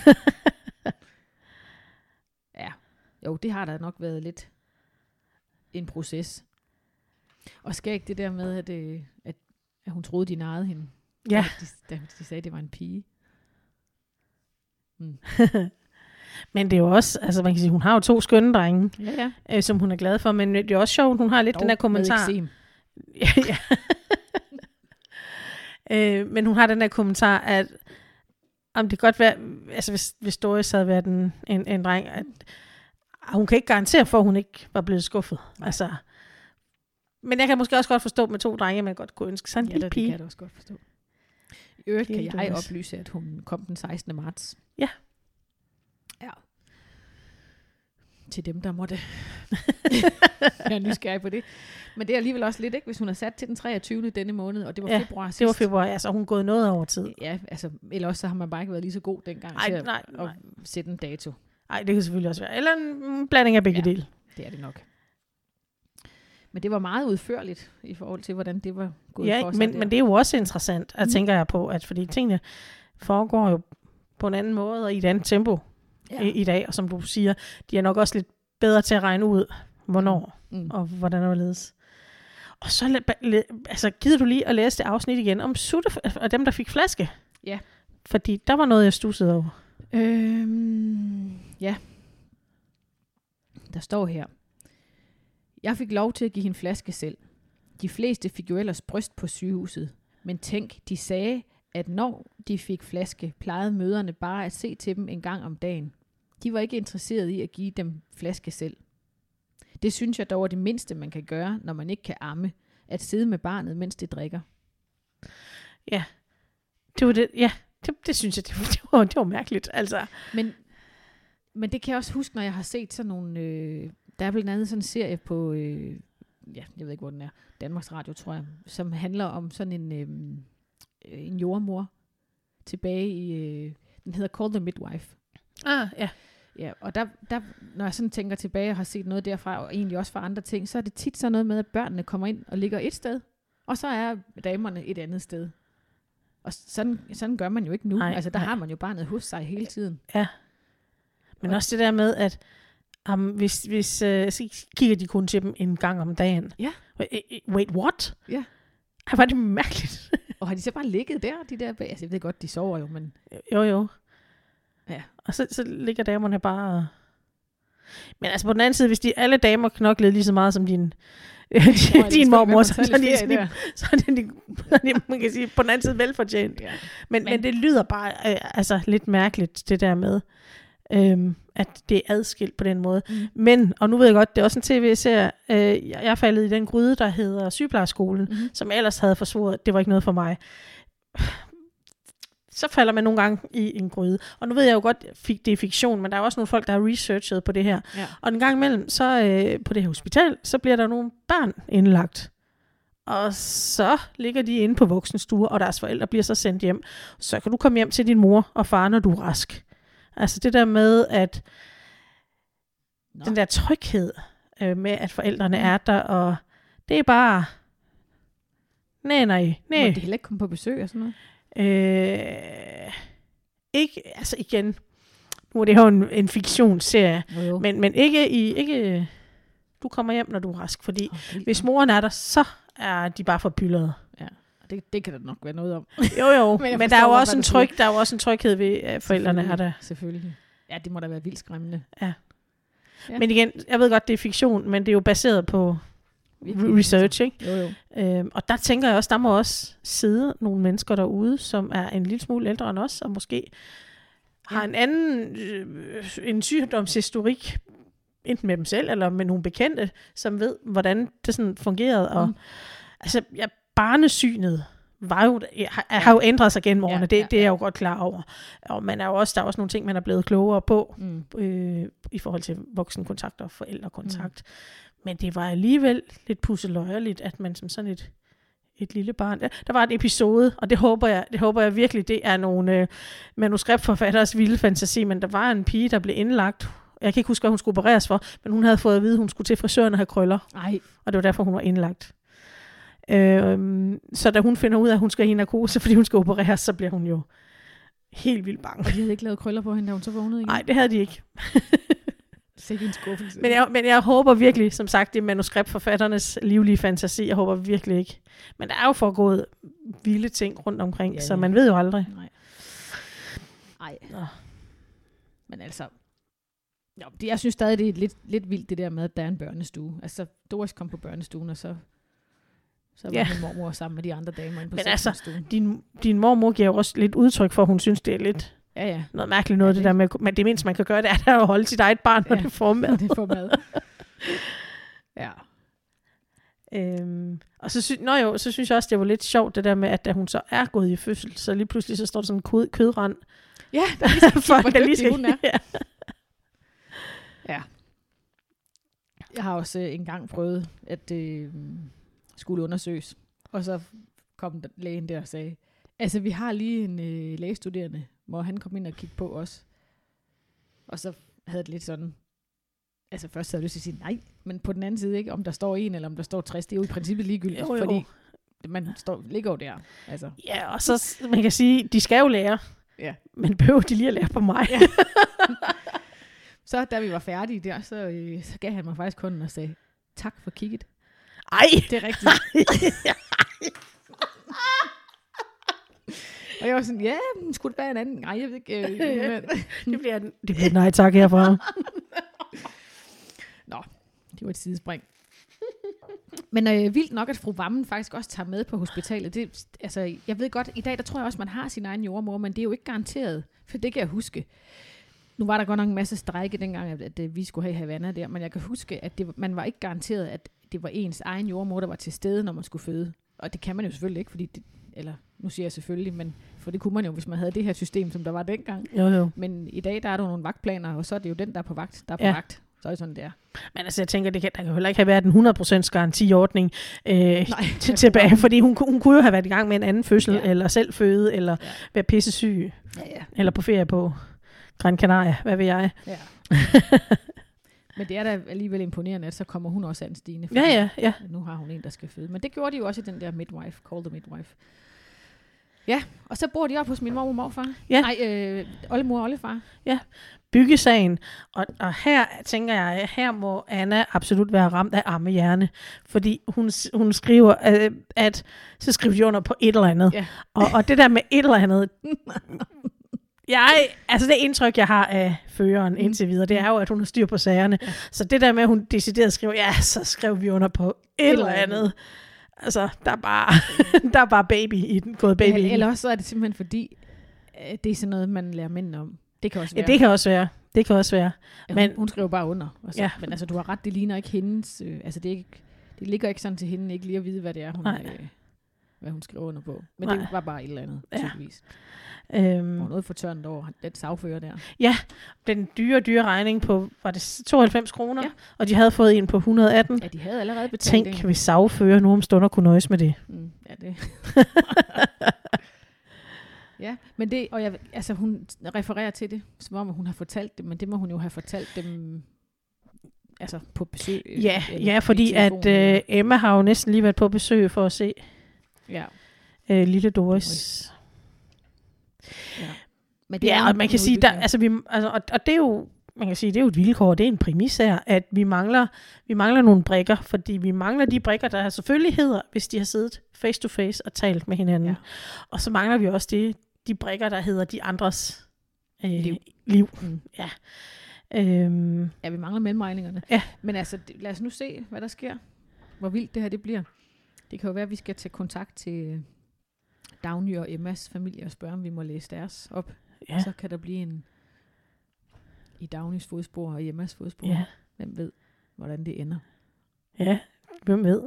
Ja, jo, det har da nok været lidt en proces. Og skægt det der med, at, øh, at, at hun troede, de narrede hende. Ja. De, de, de sagde, at det var en pige. Mm. Men det er jo også, altså man kan sige, hun har jo to skønne drenge, ja, ja. Øh, som hun er glad for, men det er også sjovt, hun har lidt Dog, den der kommentar. ja, ja. øh, men hun har den der kommentar, at om det kan godt være, altså hvis, hvis Doris havde været en, en, en dreng, at hun kan ikke garantere for, at hun ikke var blevet skuffet. Nej. Altså, men jeg kan måske også godt forstå med to drenge, man godt kunne ønske sig en ja, lille det, pige. Ja, det kan jeg da også godt forstå. I øvrigt kan jeg oplyse, at hun kom den sekstende marts. Ja. Ja. Til dem, der måtte. Jeg er nysgerrig på det. Men det er alligevel også lidt, ikke? Hvis hun er sat til den treogtyvende denne måned, og det var ja, februar sidst. det var februar, altså hun er gået noget over tid. Ja, altså, eller også så har man bare ikke været lige så god dengang ej, til at, nej, nej. at sætte en dato. Nej, det kan selvfølgelig også være. Eller en blanding af begge ja, dele. Det er det nok. Men det var meget udførligt i forhold til, hvordan det var gået ja, for sig. Men, men det er jo også interessant, at mm. tænker jeg på, at fordi tingene foregår jo på en anden måde og i et andet tempo ja. i, i dag. Og som du siger, de er nok også lidt bedre til at regne ud, hvornår mm. og hvordan det ledes. Og så altså, gider du lige at læse det afsnit igen om sutte og dem, der fik flaske? Ja. Fordi der var noget, jeg stussede over. Øhm, ja. Der står her. Jeg fik lov til at give hende flaske selv. De fleste fik jo ellers bryst på sygehuset. Men tænk, de sagde, at når de fik flaske, plejede møderne bare at se til dem en gang om dagen. De var ikke interesserede i at give dem flaske selv. Det synes jeg dog er det mindste, man kan gøre, når man ikke kan amme. At sidde med barnet, mens det drikker. Ja, det var det, ja, det, det synes jeg, det var, det var, det var mærkeligt. Altså. Men, men det kan jeg også huske, når jeg har set sådan nogle... Øh, der er blandt andet sådan en serie på... Øh, ja, jeg ved ikke, hvor den er. Danmarks Radio, tror jeg. Som handler om sådan en, øh, en jordmor tilbage i... Øh, den hedder Call the Midwife. Ah, ja. Ja, og der, der, når jeg sådan tænker tilbage og har set noget derfra, og egentlig også fra andre ting, så er det tit sådan noget med, at børnene kommer ind og ligger et sted, og så er damerne et andet sted. Og sådan, sådan gør man jo ikke nu. Nej, altså, der nej. har man jo barnet hos sig hele tiden. Ja. Men og også det der med, at um, hvis, hvis uh, så kigger de kun til dem en gang om dagen. Ja. Wait, what? Ja. Ej, var det mærkeligt. Og har de så bare ligget der, de der bag? Altså, jeg ved godt, de sover jo, men... Jo, jo. Ja. Og så, så ligger damerne bare... Men altså på den anden side, hvis de alle damer knoklede lige så meget som din, din, din mormor, så, så, så, de, så er det, de, man kan sige, på den anden side velfortjent. Ja. Men, men, men det lyder bare øh, altså lidt mærkeligt, det der med, øhm, at det er adskilt på den måde. Mm. Men, og nu ved jeg godt, det er også en tv-serie, øh, jeg er faldet i den gryde, der hedder Sygeplejeskolen, mm-hmm. som ellers havde forsvoret, det var ikke noget for mig. så falder man nogle gange i en gryde. Og nu ved jeg jo godt, det er fiktion, men der er også nogle folk, der har researchet på det her. Ja. Og en gang imellem, så øh, på det her hospital, så bliver der nogle børn indlagt. Og så ligger de inde på voksenstuer, og deres forældre bliver så sendt hjem. Så kan du komme hjem til din mor og far, når du er rask. Altså det der med, at Nå. den der tryghed øh, med, at forældrene er der, og det er bare... Nej, nej, nej. Må de heller ikke komme på besøg og sådan noget? Øh, ikke, altså igen, nu er det her en, en fiktionsserie, Jo, jo. men, men ikke i, ikke, du kommer hjem, når du er rask, fordi Okay. hvis moren er der, så er de bare forpyldrede. Ja, det, det kan der nok være noget om. Jo, jo, Men jeg men der forstår er jo godt, også hvad en du siger. tryg, der er jo også en tryghed ved, at forældrene er der. Selvfølgelig. Ja, det må da være vildt skræmmende. Ja. Ja. Men igen, jeg ved godt, det er fiktion, men det er jo baseret på Virkelig. research, ikke? Jo, jo. Øhm, og der tænker jeg også, der må også sidde nogle mennesker derude, som er en lille smule ældre end os, og måske ja. har en anden øh, en sygdomshistorik, enten med dem selv, eller med nogle bekendte, som ved, hvordan det sådan fungerede. Og, Mm. altså, ja, barnesynet var jo, har, har jo ændret sig gennem årene, Ja, det, ja, det er jeg ja. jo godt klar over. Og man er jo også, der er også nogle ting, man er blevet klogere på, Mm. øh, i forhold til voksenkontakt og forældrekontakt. Mm. Men det var alligevel lidt pusseløjerligt, at man som sådan et, et lille barn... Ja, der var et episode, og det håber jeg, det håber jeg virkelig, det er nogle øh, manuskriptforfatteres vilde fantasi, men der var en pige, der blev indlagt. Jeg kan ikke huske, hvad hun skulle opereres for, men hun havde fået at vide, at hun skulle til frisøren og have krøller. Ej. Og det var derfor, hun var indlagt. Øhm, så da hun finder ud af, at hun skal i narkose, fordi hun skal opereres, så bliver hun jo helt vildt bange. Og de havde ikke lavet krøller på hende, da hun så vågnede igen? Nej, det havde de ikke. Sikke en skuffelse. Men jeg, men jeg håber virkelig, som sagt, det er manuskriptforfatternes livlige fantasi. Jeg håber virkelig ikke. Men der er jo foregået vilde ting rundt omkring, Ja, så ja. man ved jo aldrig. Nej. Ej. Nå. Men altså... Jo, det, jeg synes stadig, det er lidt, lidt vildt, det der med, at der er en børnestue. Altså, Doris kom på børnestuen, og så, så var Ja. min mormor sammen med de andre damer inde på Men altså, stuen. Din, din mormor giver jo også lidt udtryk for, at hun synes, det er lidt Ja, ja. noget mærkeligt noget, Ja, det der med, men det mindste man kan gøre, det er der at holde sit eget barn, når Ja. det får mad. Det får mad. Ja. Øhm, og så, sy- nå jo, så synes jeg også, det var lidt sjovt, det der med, at da hun så er gået i fødsel, så lige pludselig så står der sådan en kød, kødrand. Ja, der er lige For, hvor der lige dygtig skal, hun er. ja. Ja. Jeg har også øh, engang prøvet, at øh, skulle undersøges. Og så kom der, lægen der og sagde, altså vi har lige en øh, lægestuderende, hvor han kom ind og kigge på os. Og så havde det lidt sådan, altså først havde jeg lyst til at sige nej, men på den anden side ikke, om der står en eller om der står tres, det er jo i princippet ligegyldigt, Jo, jo. fordi man står, ligger jo der. Altså. Ja, og så man kan sige, de skal jo lære, Ja. men behøver de lige at lære på mig? Ja. Så da vi var færdige der, så, øh, så gav han mig faktisk hånden og sagde, tak for kigget. Ej! Det er rigtigt. Og jeg var sådan, ja, men skulle det være en anden? Nej, jeg ved ikke. Øh, men... det, bliver, det bliver et nej tak herfra. Nå, det var et sidespring. Men øh, vildt nok, at fru Vammen faktisk også tager med på hospitalet. Det, altså, jeg ved godt, i dag der tror jeg også, man har sin egen jordmor, men det er jo ikke garanteret, for det kan jeg huske. Nu var der godt nok en masse strejke dengang, at, at, at vi skulle have Havana der, men jeg kan huske, at det, man var ikke garanteret, at det var ens egen jordmor, der var til stede, når man skulle føde. Og det kan man jo selvfølgelig ikke, fordi det, eller nu siger jeg selvfølgelig, men for det kunne man jo, hvis man havde det her system, som der var dengang. Jo, jo. Men i dag, der er der nogle vagtplaner, og så er det jo den, der er på vagt, der er på Ja. vagt. Så er det sådan, det er. Men altså, jeg tænker, det kan, der kan jo heller ikke have været en hundrede procent garantiordning øh, Nej, til, tilbage, fordi hun, hun kunne jo have været i gang med en anden fødsel, Ja. ja. eller selv føde, eller Ja. ja. være pissesyg, Ja, ja. eller på ferie på Gran Canaria, hvad ved jeg. ja. Men det er da alligevel imponerende, at så kommer hun også an stigende. Ja, ja, ja. Nu har hun en, der skal føde. Men det gjorde de jo også i den der midwife, Call the Midwife. Ja, og så bor de op hos min mor og morfar. Ja. Nej, øh, oldemor og oldefar. Byggesagen. Og, og her tænker jeg, her må Anna absolut være ramt af ammehjerne, fordi hun, hun skriver, øh, at så skriver de under på et eller andet. Ja. Og, og det der med et eller andet, jeg, altså det indtryk, jeg har af føreren Mm. indtil videre, det er jo, at hun har styr på sagerne. Ja. Så det der med, at hun decideret skriver, ja, så skrev vi under på et, et eller andet. Altså, der er bare, der er bare baby i den, gået baby i Eller, den. eller også så er det simpelthen fordi, øh, det er sådan noget, man lærer mænd om. Det kan også være. Ja, det kan også være. Det kan også være. Ja, men- hun, hun skriver bare under. Og så, Ja. Men altså, du har ret, det ligner ikke hendes. Øh, altså, det, er ikke, det ligger ikke sådan til hende ikke lige at vide, hvad det er, hun... Nej. Øh, hvad hun skrev under på. Men Nej. det var bare et eller andet, Ja. tydeligvis. Øhm, Og noget for tørnet over den sagfører der. den dyre, dyre regning på, var det tooghalvfems kroner? Ja. Og de havde fået en på et hundrede og atten. Ja, de havde allerede betalt Tænk, det. hvis sagfører nu om stunder kunne nøjes med det. Mm, ja, det. Ja, men det, og jeg, altså hun refererer til det, som om hun har fortalt det, men det må hun jo have fortalt dem, altså på besøg. øh, Ja, eller ja i fordi at telefonen, øh, eller- Emma har jo næsten lige været på besøg for at se ja, øh, lille Doris. ja. Men Ja, er og en- man kan en sige, der, udvikling. altså vi, altså, og, og det er jo, man kan sige, det er jo et vilkår, det er en præmis her, at vi mangler, vi mangler nogle brikker, fordi vi mangler de brikker, der selvfølgelig hedder, hvis de har siddet face to face og talt med hinanden. Ja. Og så mangler vi også det, de brikker, der hedder de andres øh, Liv. liv. Mm. Ja. Øhm, Ja, vi mangler mellemregningerne. Ja. Men altså, det- lad os nu se, hvad der sker. Hvor vildt det her det bliver. Det kan jo være, at vi skal tage kontakt til Dagny og Emmas familie og spørge, om vi må læse deres op. ja, Så kan der blive en i Dagnys fodspor og i Emmas fodspor. ja, Hvem ved, hvordan det ender. ja, hvem ved.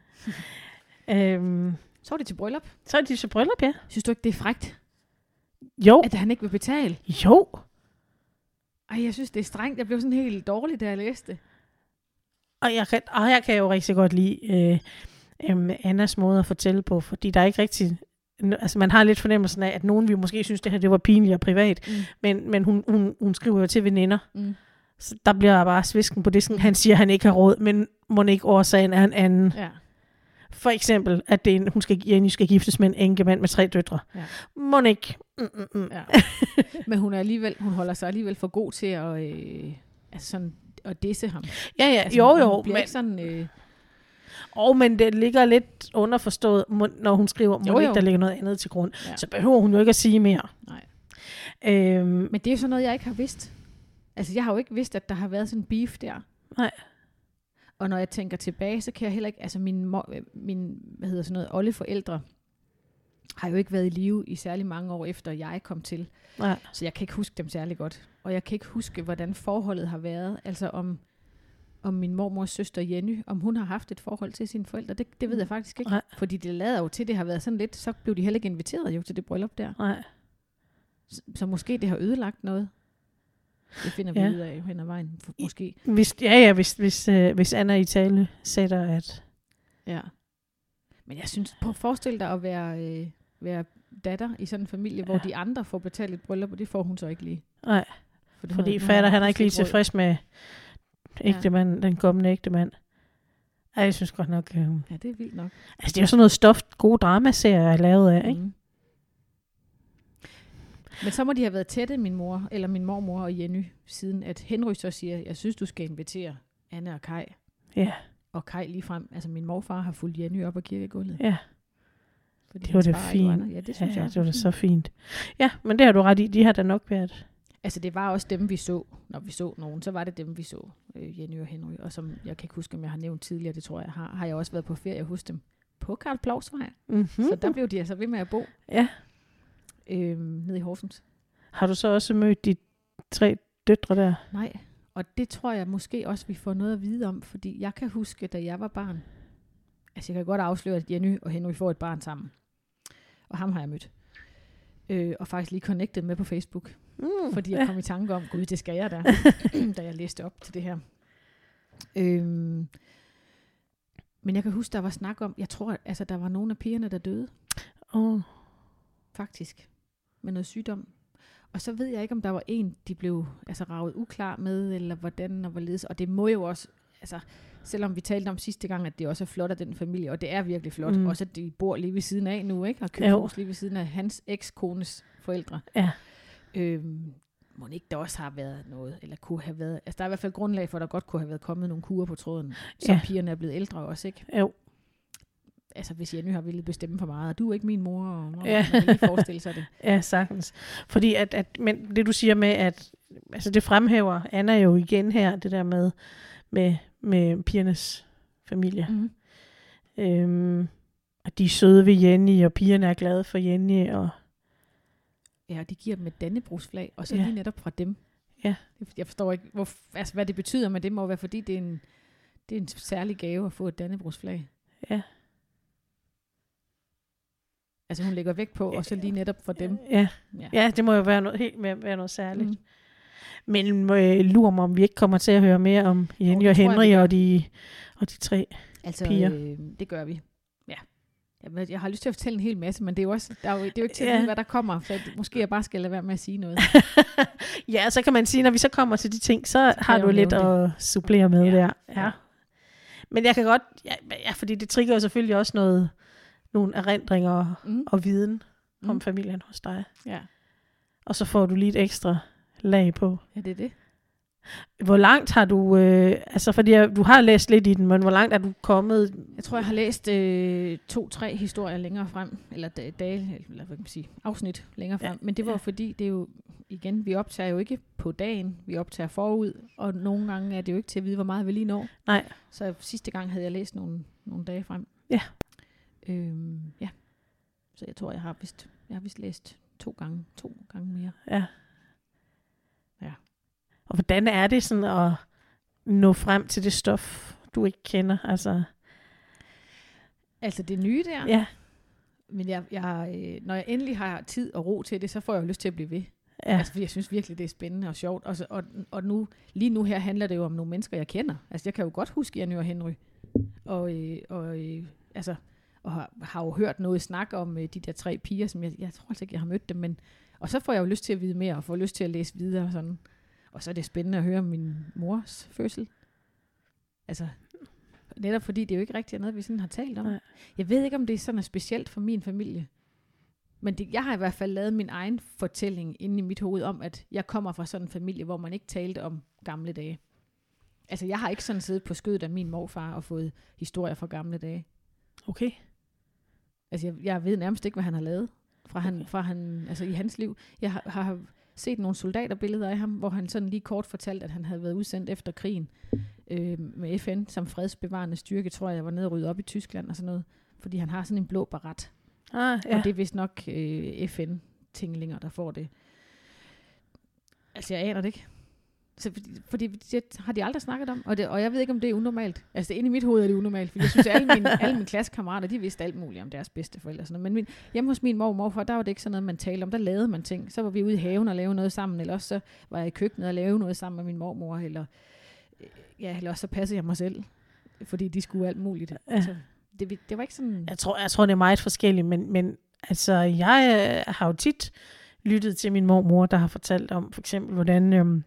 øhm, Så er det til bryllup. så er de til bryllup, ja. Synes du ikke, det er frækt, Jo, at han ikke vil betale? jo. Ej, jeg synes, det er strengt. Jeg blev sådan helt dårlig, da jeg læste. Og jeg kan, og jeg kan jo rigtig godt lide øh, øh, Annas måde at fortælle på, fordi der er ikke rigtig, altså man har lidt fornemmelsen af, at nogen vi måske synes, det her det var pinligt og privat, Mm. men, men hun, hun, hun skriver jo til veninder, Mm. så der bliver bare svisken på disken. Han siger, at han ikke har råd, men må ikke årsagen er en anden. Ja. For eksempel, at det er en, hun skal, Jenny skal giftes med en enkemand med tre døtre. Ja. Må ikke. Mm, mm, mm. Ja. Men hun er alligevel, hun holder sig alligevel for god til at, øh, altså sådan, at disse ham. Ja, ja, Altså, jo, hun, jo. Hun bliver Men, ikke sådan, øh, og, men det ligger lidt underforstået, må, når hun skriver, må Jo, ikke jo. der ligger noget andet til grund. Ja. Så behøver hun jo ikke at sige mere. nej. Øhm, Men det er jo sådan noget, jeg ikke har vidst. Altså, jeg har jo ikke vidst, at der har været sådan en beef der. Nej. Og når jeg tænker tilbage, så kan jeg heller ikke, altså min, mor, min hvad hedder sådan noget, oldeforældre har jo ikke været i live i særlig mange år efter jeg kom til. nej. Så jeg kan ikke huske dem særlig godt. Og jeg kan ikke huske, hvordan forholdet har været. Altså om, om min mormors søster Jenny, om hun har haft et forhold til sine forældre. Det, det ved jeg faktisk ikke. Nej. Fordi det lader jo til, det har været sådan lidt, så blev de heller ikke inviteret jo til det bryllup der. Nej. Så, så måske det har ødelagt noget. Det finder vi Ja. ud af hen ad vejen. F- Måske. Hvis, ja, ja, hvis, hvis, øh, hvis Anna i tale sætter, at... Ja. Men jeg synes, prøv at forestille dig at være, øh, være datter i sådan en familie, hvor Ja. de andre får betalt et bryllup, og det får hun så ikke lige. Nej, For det fordi har- nu fatter, har han er ikke lige pludselig råd. tilfreds med ægtemand, den kommende ægtemand. Ej, jeg synes godt nok... Øh, Ja, det er vildt nok. altså, det er jo sådan noget stof, gode dramaserier er lavet af, ikke? Mm. Men så må de have været tætte, min mor, eller min mormor og Jenny, siden at Henry så siger, jeg synes, du skal invitere Anne og Kai. Ja, Og Kai lige frem, altså min morfar har fulgt Jenny op ad kirkegulvet. ja. Fordi Det var hans det far er jo fint. Anna. Ja, det synes ja, jeg ja, også det var er da så fint. Ja, men det har du ret i. De har da nok været... Altså det var også dem, vi så, når vi så nogen, så var det dem, vi så, øh, Jenny og Henry. Og som jeg kan ikke huske, om jeg har nævnt tidligere, det tror jeg har, har jeg også været på ferie hos dem på Karl Plovsvej. Mm-hmm. Så der blev de altså ved med at bo Ja. øh, nede i Horsens. Har du så også mødt de tre døtre der? Nej, og det tror jeg måske også, vi får noget at vide om, fordi jeg kan huske, da jeg var barn, altså jeg kan godt afsløre, at Jenny og Henry får et barn sammen. Og ham har jeg mødt. Øh, og faktisk lige connected med på Facebook. Mm, Fordi jeg ja. kom i tanke om, gud, det skal jeg da, da jeg læste op til det her. Øhm, men jeg kan huske, der var snak om, jeg tror, altså der var nogle af pigerne, der døde, Oh. faktisk, med noget sygdom. Og så ved jeg ikke, om der var en, de blev altså raget uklar med, eller hvordan og hvorledes. Og det må jo også, altså selvom vi talte om sidste gang, at det også er flot af den familie, og det er virkelig flot, Mm. mm. også at de bor lige ved siden af nu, ikke? Og købt Jo. hus lige ved siden af hans ekskones forældre. Ja. Øhm, må ikke der også har været noget, eller kunne have været, altså der er i hvert fald grundlag for, at der godt kunne have været kommet nogle kurer på tråden, så Ja. pigerne er blevet ældre også, ikke? Jo. Altså hvis Jenny har ville bestemme for meget, og du er ikke min mor, og nå, Ja. man kan lige forestille sig det. Ja, sagtens. Fordi at, at, men det du siger med, at altså det fremhæver Anna jo igen her, det der med, med, med pigernes familie. Mm. Øhm, og de er søde ved Jenny, og pigerne er glade for Jenny, og Ja, de giver dem et dannebrugsflag, og så Ja. lige netop fra dem. Ja. Jeg forstår ikke, hvor, altså, hvad det betyder, men det må være, fordi det er en, det er en særlig gave at få et dannebrugsflag. ja. Altså hun lægger vægt på, og så lige netop for dem. Ja, Ja, ja det må jo være noget, helt med, være noget særligt. Mm. Men øh, lurer mig, om vi ikke kommer til at høre mere om Jenny Jo, og det tror jeg, Henry vi gør. og de, og de tre. altså piger. øh, det gør vi. Ja. Jeg, jeg har lyst til at fortælle en hel masse, men det er jo, også, der er jo, det er jo ikke til at Ja. vide, hvad der kommer, så måske jeg bare skal lade være med at sige noget. Ja, så kan man sige, når vi så kommer til de ting, så har jeg du jo lidt nævne at supplere med Ja. der. Ja. Ja. Men jeg kan godt, ja, ja, fordi det trigger jo selvfølgelig også noget, nogle erindringer Mm. og viden Mm. om familien hos dig. Ja. Og så får du lige et ekstra lag på. ja, det er det. Hvor langt har du, øh, altså fordi jeg, du har læst lidt i den, men hvor langt er du kommet? Jeg tror, jeg har læst øh, to-tre historier længere frem, eller da- dage, eller hvad kan man sige, afsnit længere frem. Ja. Men det var Ja. jo fordi, det er jo, igen, vi optager jo ikke på dagen, vi optager forud, og nogle gange er det jo ikke til at vide, hvor meget vi lige når. Nej. Så sidste gang havde jeg læst nogle, nogle dage frem. Ja. Øhm, ja. Så jeg tror, jeg har vist, jeg har vist læst to gange, to gange mere. Ja. Ja. Og hvordan er det sådan at nå frem til det stof, du ikke kender? Altså, Altså det nye der, ja. men jeg, jeg, øh, når jeg endelig har tid og ro til det, så får jeg jo lyst til at blive ved. Ja. Altså, fordi jeg synes virkelig, det er spændende og sjovt. Og, så, og, og nu, lige nu her handler det jo om nogle mennesker, jeg kender. Altså, jeg kan jo godt huske Jenny og Henry. Og, øh, og, øh, altså, og har, har jo hørt noget snak om øh, de der tre piger, som jeg, jeg tror altså ikke, jeg har mødt dem. Men, og så får jeg jo lyst til at vide mere, og får lyst til at læse videre. Og, sådan. Og så er det spændende at høre om min mors fødsel. Altså, netop fordi det jo ikke rigtig er noget, vi sådan har talt om. Nej. Jeg ved ikke, om det er sådan specielt for min familie. Men det, jeg har i hvert fald lavet min egen fortælling inde i mit hoved om, at jeg kommer fra sådan en familie, hvor man ikke talte om gamle dage. Altså, jeg har ikke sådan siddet på skødet af min morfar og fået historier fra gamle dage. Okay. Altså, jeg, jeg ved nærmest ikke, hvad han har lavet fra han, fra han, altså, i hans liv. Jeg har, har set nogle soldaterbilleder af ham, hvor han sådan lige kort fortalte, at han havde været udsendt efter krigen øh, med F N som fredsbevarende styrke, tror jeg, jeg var nede og rydde op i Tyskland og sådan noget. Fordi han har sådan en blå baret. Ah, Ja. ja. Og det er vist nok øh, F N-tinglinger, der får det. Altså, jeg aner det ikke. Så, fordi, fordi det har de aldrig snakket om, og, det, og jeg ved ikke, om det er unormalt. Altså, inde i mit hoved er det unormalt, fordi jeg synes, at alle mine, alle mine klassekammerater, de vidste alt muligt om deres bedsteforældre. Sådan noget. Men min, hjemme hos min mor og morfar, der var det ikke sådan noget, man talte om. Der lavede man ting. Så var vi ude i haven og lavede noget sammen, eller også så var jeg i køkkenet og lavede noget sammen med min mormor, eller, øh, ja, eller også så passede jeg mig selv, fordi de skulle alt muligt. Ja. Altså, det, det var ikke sådan... Jeg tror, jeg tror, det er meget forskelligt, men, men altså, jeg øh, har jo tit lyttet til min mormor, der har fortalt om, for eksempel, hvordan, øhm,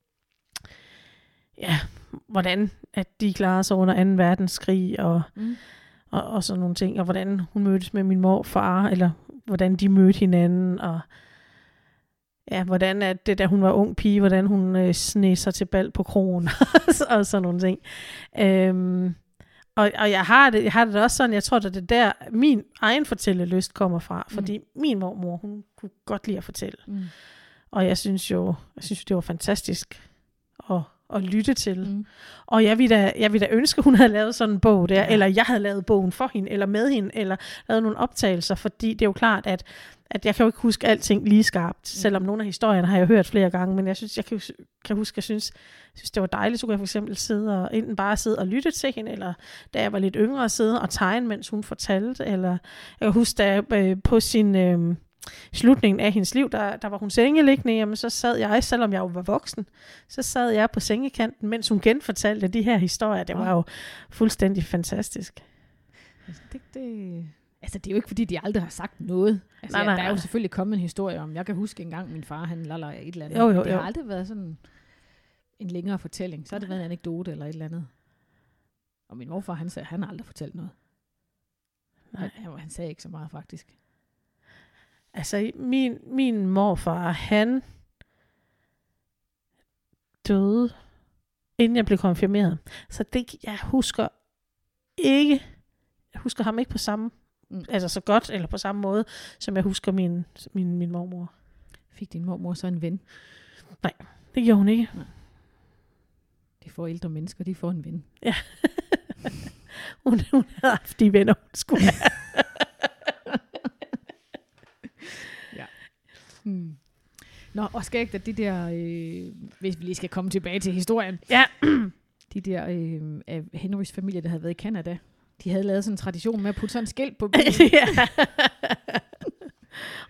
ja, hvordan at de klarede sig under anden verdenskrig, og, Mm. og, og sådan nogle ting, og hvordan hun mødtes med min morfar, eller hvordan de mødte hinanden, og ja, hvordan at det, da hun var ung pige, hvordan hun øh, sneg sig til bal på krogen, og sådan nogle ting. Øhm, Og, og jeg har det, jeg har det også sådan, jeg tror, at det er der, min egen fortællelyst kommer fra, fordi mm. min mormor, hun kunne godt lide at fortælle. Mm. Og jeg synes jo, jeg synes, det var fantastisk at, at lytte til. Mm. Og jeg ville, da, jeg ville da ønske, hun havde lavet sådan en bog der, Ja. eller jeg havde lavet bogen for hende, eller med hende, eller lavet nogle optagelser, fordi det er jo klart, at, at jeg kan jo ikke huske alting lige skarpt, mm. selvom nogle af historierne har jeg hørt flere gange, men jeg synes, jeg kan, kan huske, jeg synes, jeg synes, det var dejligt, så kunne jeg for eksempel sidde og enten bare sidde og lytte til hende, eller da jeg var lidt yngre, sidde og tegne, mens hun fortalte, eller jeg kan huske, da jeg øh, på sin... Øh, slutningen af hendes liv, der, der var hun sengeliggende, jamen så sad jeg, selvom jeg jo var voksen, så sad jeg på sengekanten, mens hun genfortalte de her historier. Det var jo fuldstændig fantastisk. Altså, det, det, altså, det er jo ikke, fordi de aldrig har sagt noget. Altså, Nej, nej, der er jo nej. selvfølgelig kommet en historie om, jeg kan huske engang, min far, han laller et eller andet. Jo, jo, Men det jo. har aldrig været sådan en længere fortælling. Så har det været en anekdote eller et eller andet. Og min morfar, han sagde, han har aldrig fortalt noget. Nej. Han, han sagde ikke så meget, faktisk. Altså, min, min morfar, han døde, inden jeg blev konfirmeret. Så det, jeg husker ikke, jeg husker ham ikke på samme, Mm. altså så godt, eller på samme måde, som jeg husker min, min, min mormor. Fik din mormor så en ven? Det gjorde hun ikke. De får ældre mennesker, de får en ven. Ja. hun, hun havde haft de venner, hun skulle have. Hmm. Nå, og skægt, at de der, øh, hvis vi lige skal komme tilbage til historien, Ja. de der øh, af Henrys familie, der havde været i Canada, de havde lavet sådan en tradition med at putte sådan en skilt på bilen. ja.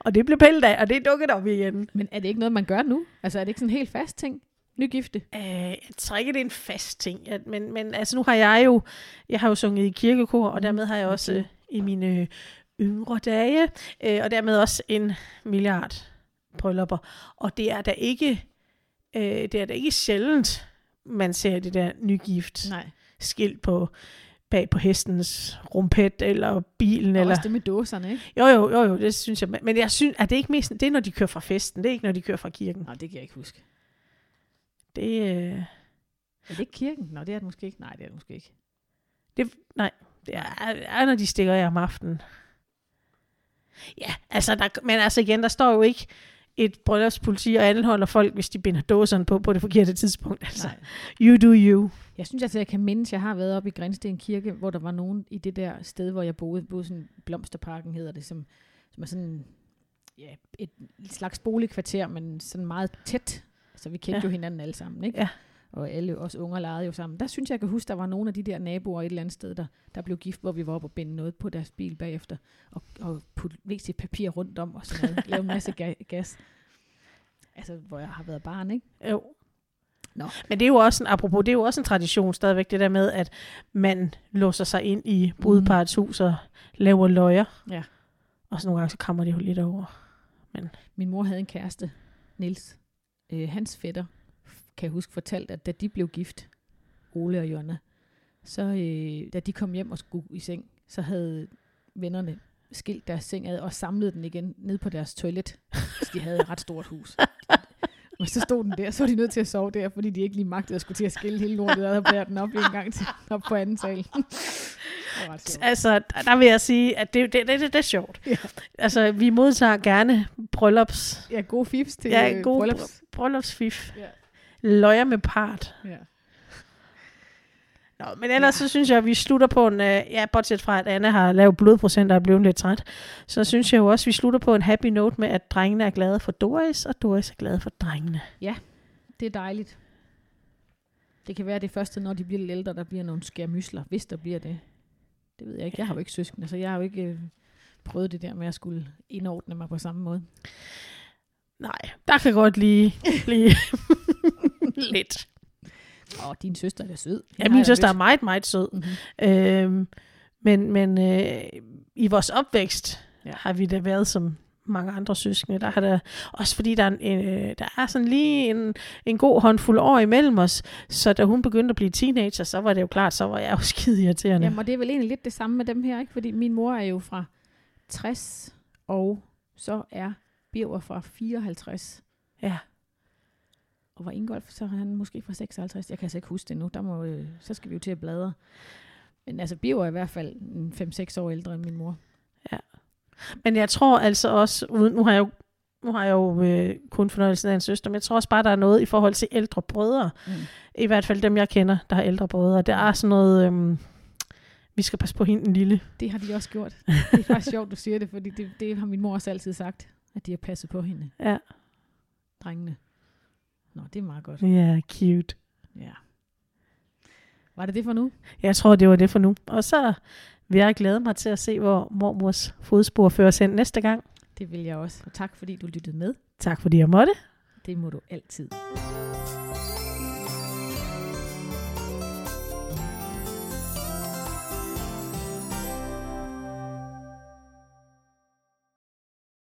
og det blev pillet af, og det dukket op igen. Men er det ikke noget, man gør nu? Altså er det ikke sådan en helt fast ting? Nygifte? Øh, jeg tror ikke, det er en fast ting. At, men, men altså nu har jeg jo, jeg har jo sunget i kirkekor, og dermed har jeg også øh, i mine yngre dage, øh, og dermed også en milliard bryllupper. Og det er da ikke, øh, det er da ikke sjældent, man ser det der nygift Nej. skilt på bag på hestens rumpet eller bilen. Og eller også det med dåserne, ikke? Jo, jo, jo, jo, det synes jeg. Men jeg synes, at det ikke mest, det er, når de kører fra festen. Det er ikke, når de kører fra kirken. Nej, det kan jeg ikke huske. Det, øh... Er det ikke kirken? Nå, det er det måske ikke. Nej, det er det måske ikke. Det, nej, det er, er, når de stikker af om aftenen. Ja, altså, der, men altså igen, der står jo ikke et bryllupspoliti og anholder folk, hvis de binder dåserne på på det forkerte tidspunkt. Altså, Nej. you do you. Jeg synes altså, jeg kan mindes, jeg har været oppe i Grindsted Kirke, hvor der var nogen i det der sted, hvor jeg boede, boede sådan Blomsterparken hedder det, som, som er sådan ja, et slags boligkvarter, men sådan meget tæt. Så vi kendte ja. jo hinanden alle sammen, ikke? Ja. Og alle os unger legede jo sammen. Der synes jeg, jeg kan huske, der var nogle af de der naboer et eller andet sted, der, der blev gift, hvor vi var oppe og binde noget på deres bil bagefter, og, og putte W C-papir rundt om, og sådan noget. Lave en masse ga- gas. Altså, hvor jeg har været barn, ikke? Jo. Nå. Men det er jo også en, apropos, det er jo også en tradition stadigvæk, det der med, at man låser sig ind i brudeparets hus og laver løjer. Ja. Og så nogle gange, så kommer det jo lidt over. Men. Min mor havde en kæreste, Niels. Øh, hans fætter, kan jeg huske, fortalt, at da de blev gift, Ole og Jonna, så øh, da de kom hjem og skulle i seng, så havde vennerne skilt deres seng ad og samlet den igen ned på deres toilet. Så de havde et ret stort hus. Og så stod den der, så var de nødt til at sove der, fordi de ikke lige magtede at skulle til at skille hele lortet ad og bære den op en gang til, op på anden sal. Altså, der vil jeg sige, at det, det, det, det, det er sjovt. Ja. Altså, vi modtager gerne bryllups. Ja, gode fifs til ja, gode bryllups. bryllupsfif. Ja. Løjer med part. Ja. Nå, men ellers ja. så synes jeg, at vi slutter på en, uh, ja, bortset fra, at Anna har lavet blodprocent og er blevet lidt træt, så synes jeg jo også, at vi slutter på en happy note med, at drengene er glade for Doris, og Doris er glade for drengene. Ja, det er dejligt. Det kan være det første, når de bliver lidt ældre, der bliver nogle skærmysler, hvis der bliver det. Det ved jeg ikke. Jeg har jo ikke søskende, så jeg har jo ikke øh, prøvet det der med at skulle indordne mig på samme måde. Nej, der kan godt lige blive lidt. Åh, din søster er da sød. Ja, min søster er meget, meget sød. Mm-hmm. Øhm, men men øh, i vores opvækst ja. har vi da været som mange andre søskende. Der har der, også fordi der er, en, øh, der er sådan lige en, en god håndfuld år imellem os, så da hun begyndte at blive teenager, så var det jo klart, så var jeg jo skide irriterende. Jamen, og det er vel egentlig lidt det samme med dem her, ikke? Fordi min mor er jo fra tres, og så er Birger fra fireoghalvtreds. Ja. Og var Ingolf, så er han måske fra seksoghalvtreds. Jeg kan altså ikke huske det nu. Der må, øh, så skal vi jo til at bladre. Men altså, Birger er i hvert fald fem seks år ældre end min mor. Ja. Men jeg tror altså også, uden, nu har jeg jo, nu har jeg jo øh, kun fornøjelsen af en søster, men jeg tror også bare, der er noget i forhold til ældre brødre. Mm. I hvert fald dem, jeg kender, der har ældre brødre. Der er sådan noget, øh, vi skal passe på hende den lille. Det har de også gjort. Det er faktisk sjovt, du siger det, fordi det, det har min mor også altid sagt, at de har passet på hende. Ja. Drengene. Nå, det er meget godt. Ja, yeah, cute. Ja. Var det det for nu? Jeg tror, det var det for nu. Og så vil jeg glæde mig til at se, hvor mormors fodspor fører hen næste gang. Det vil jeg også. Og tak, fordi du lyttede med. Tak, fordi jeg måtte. Det må du altid.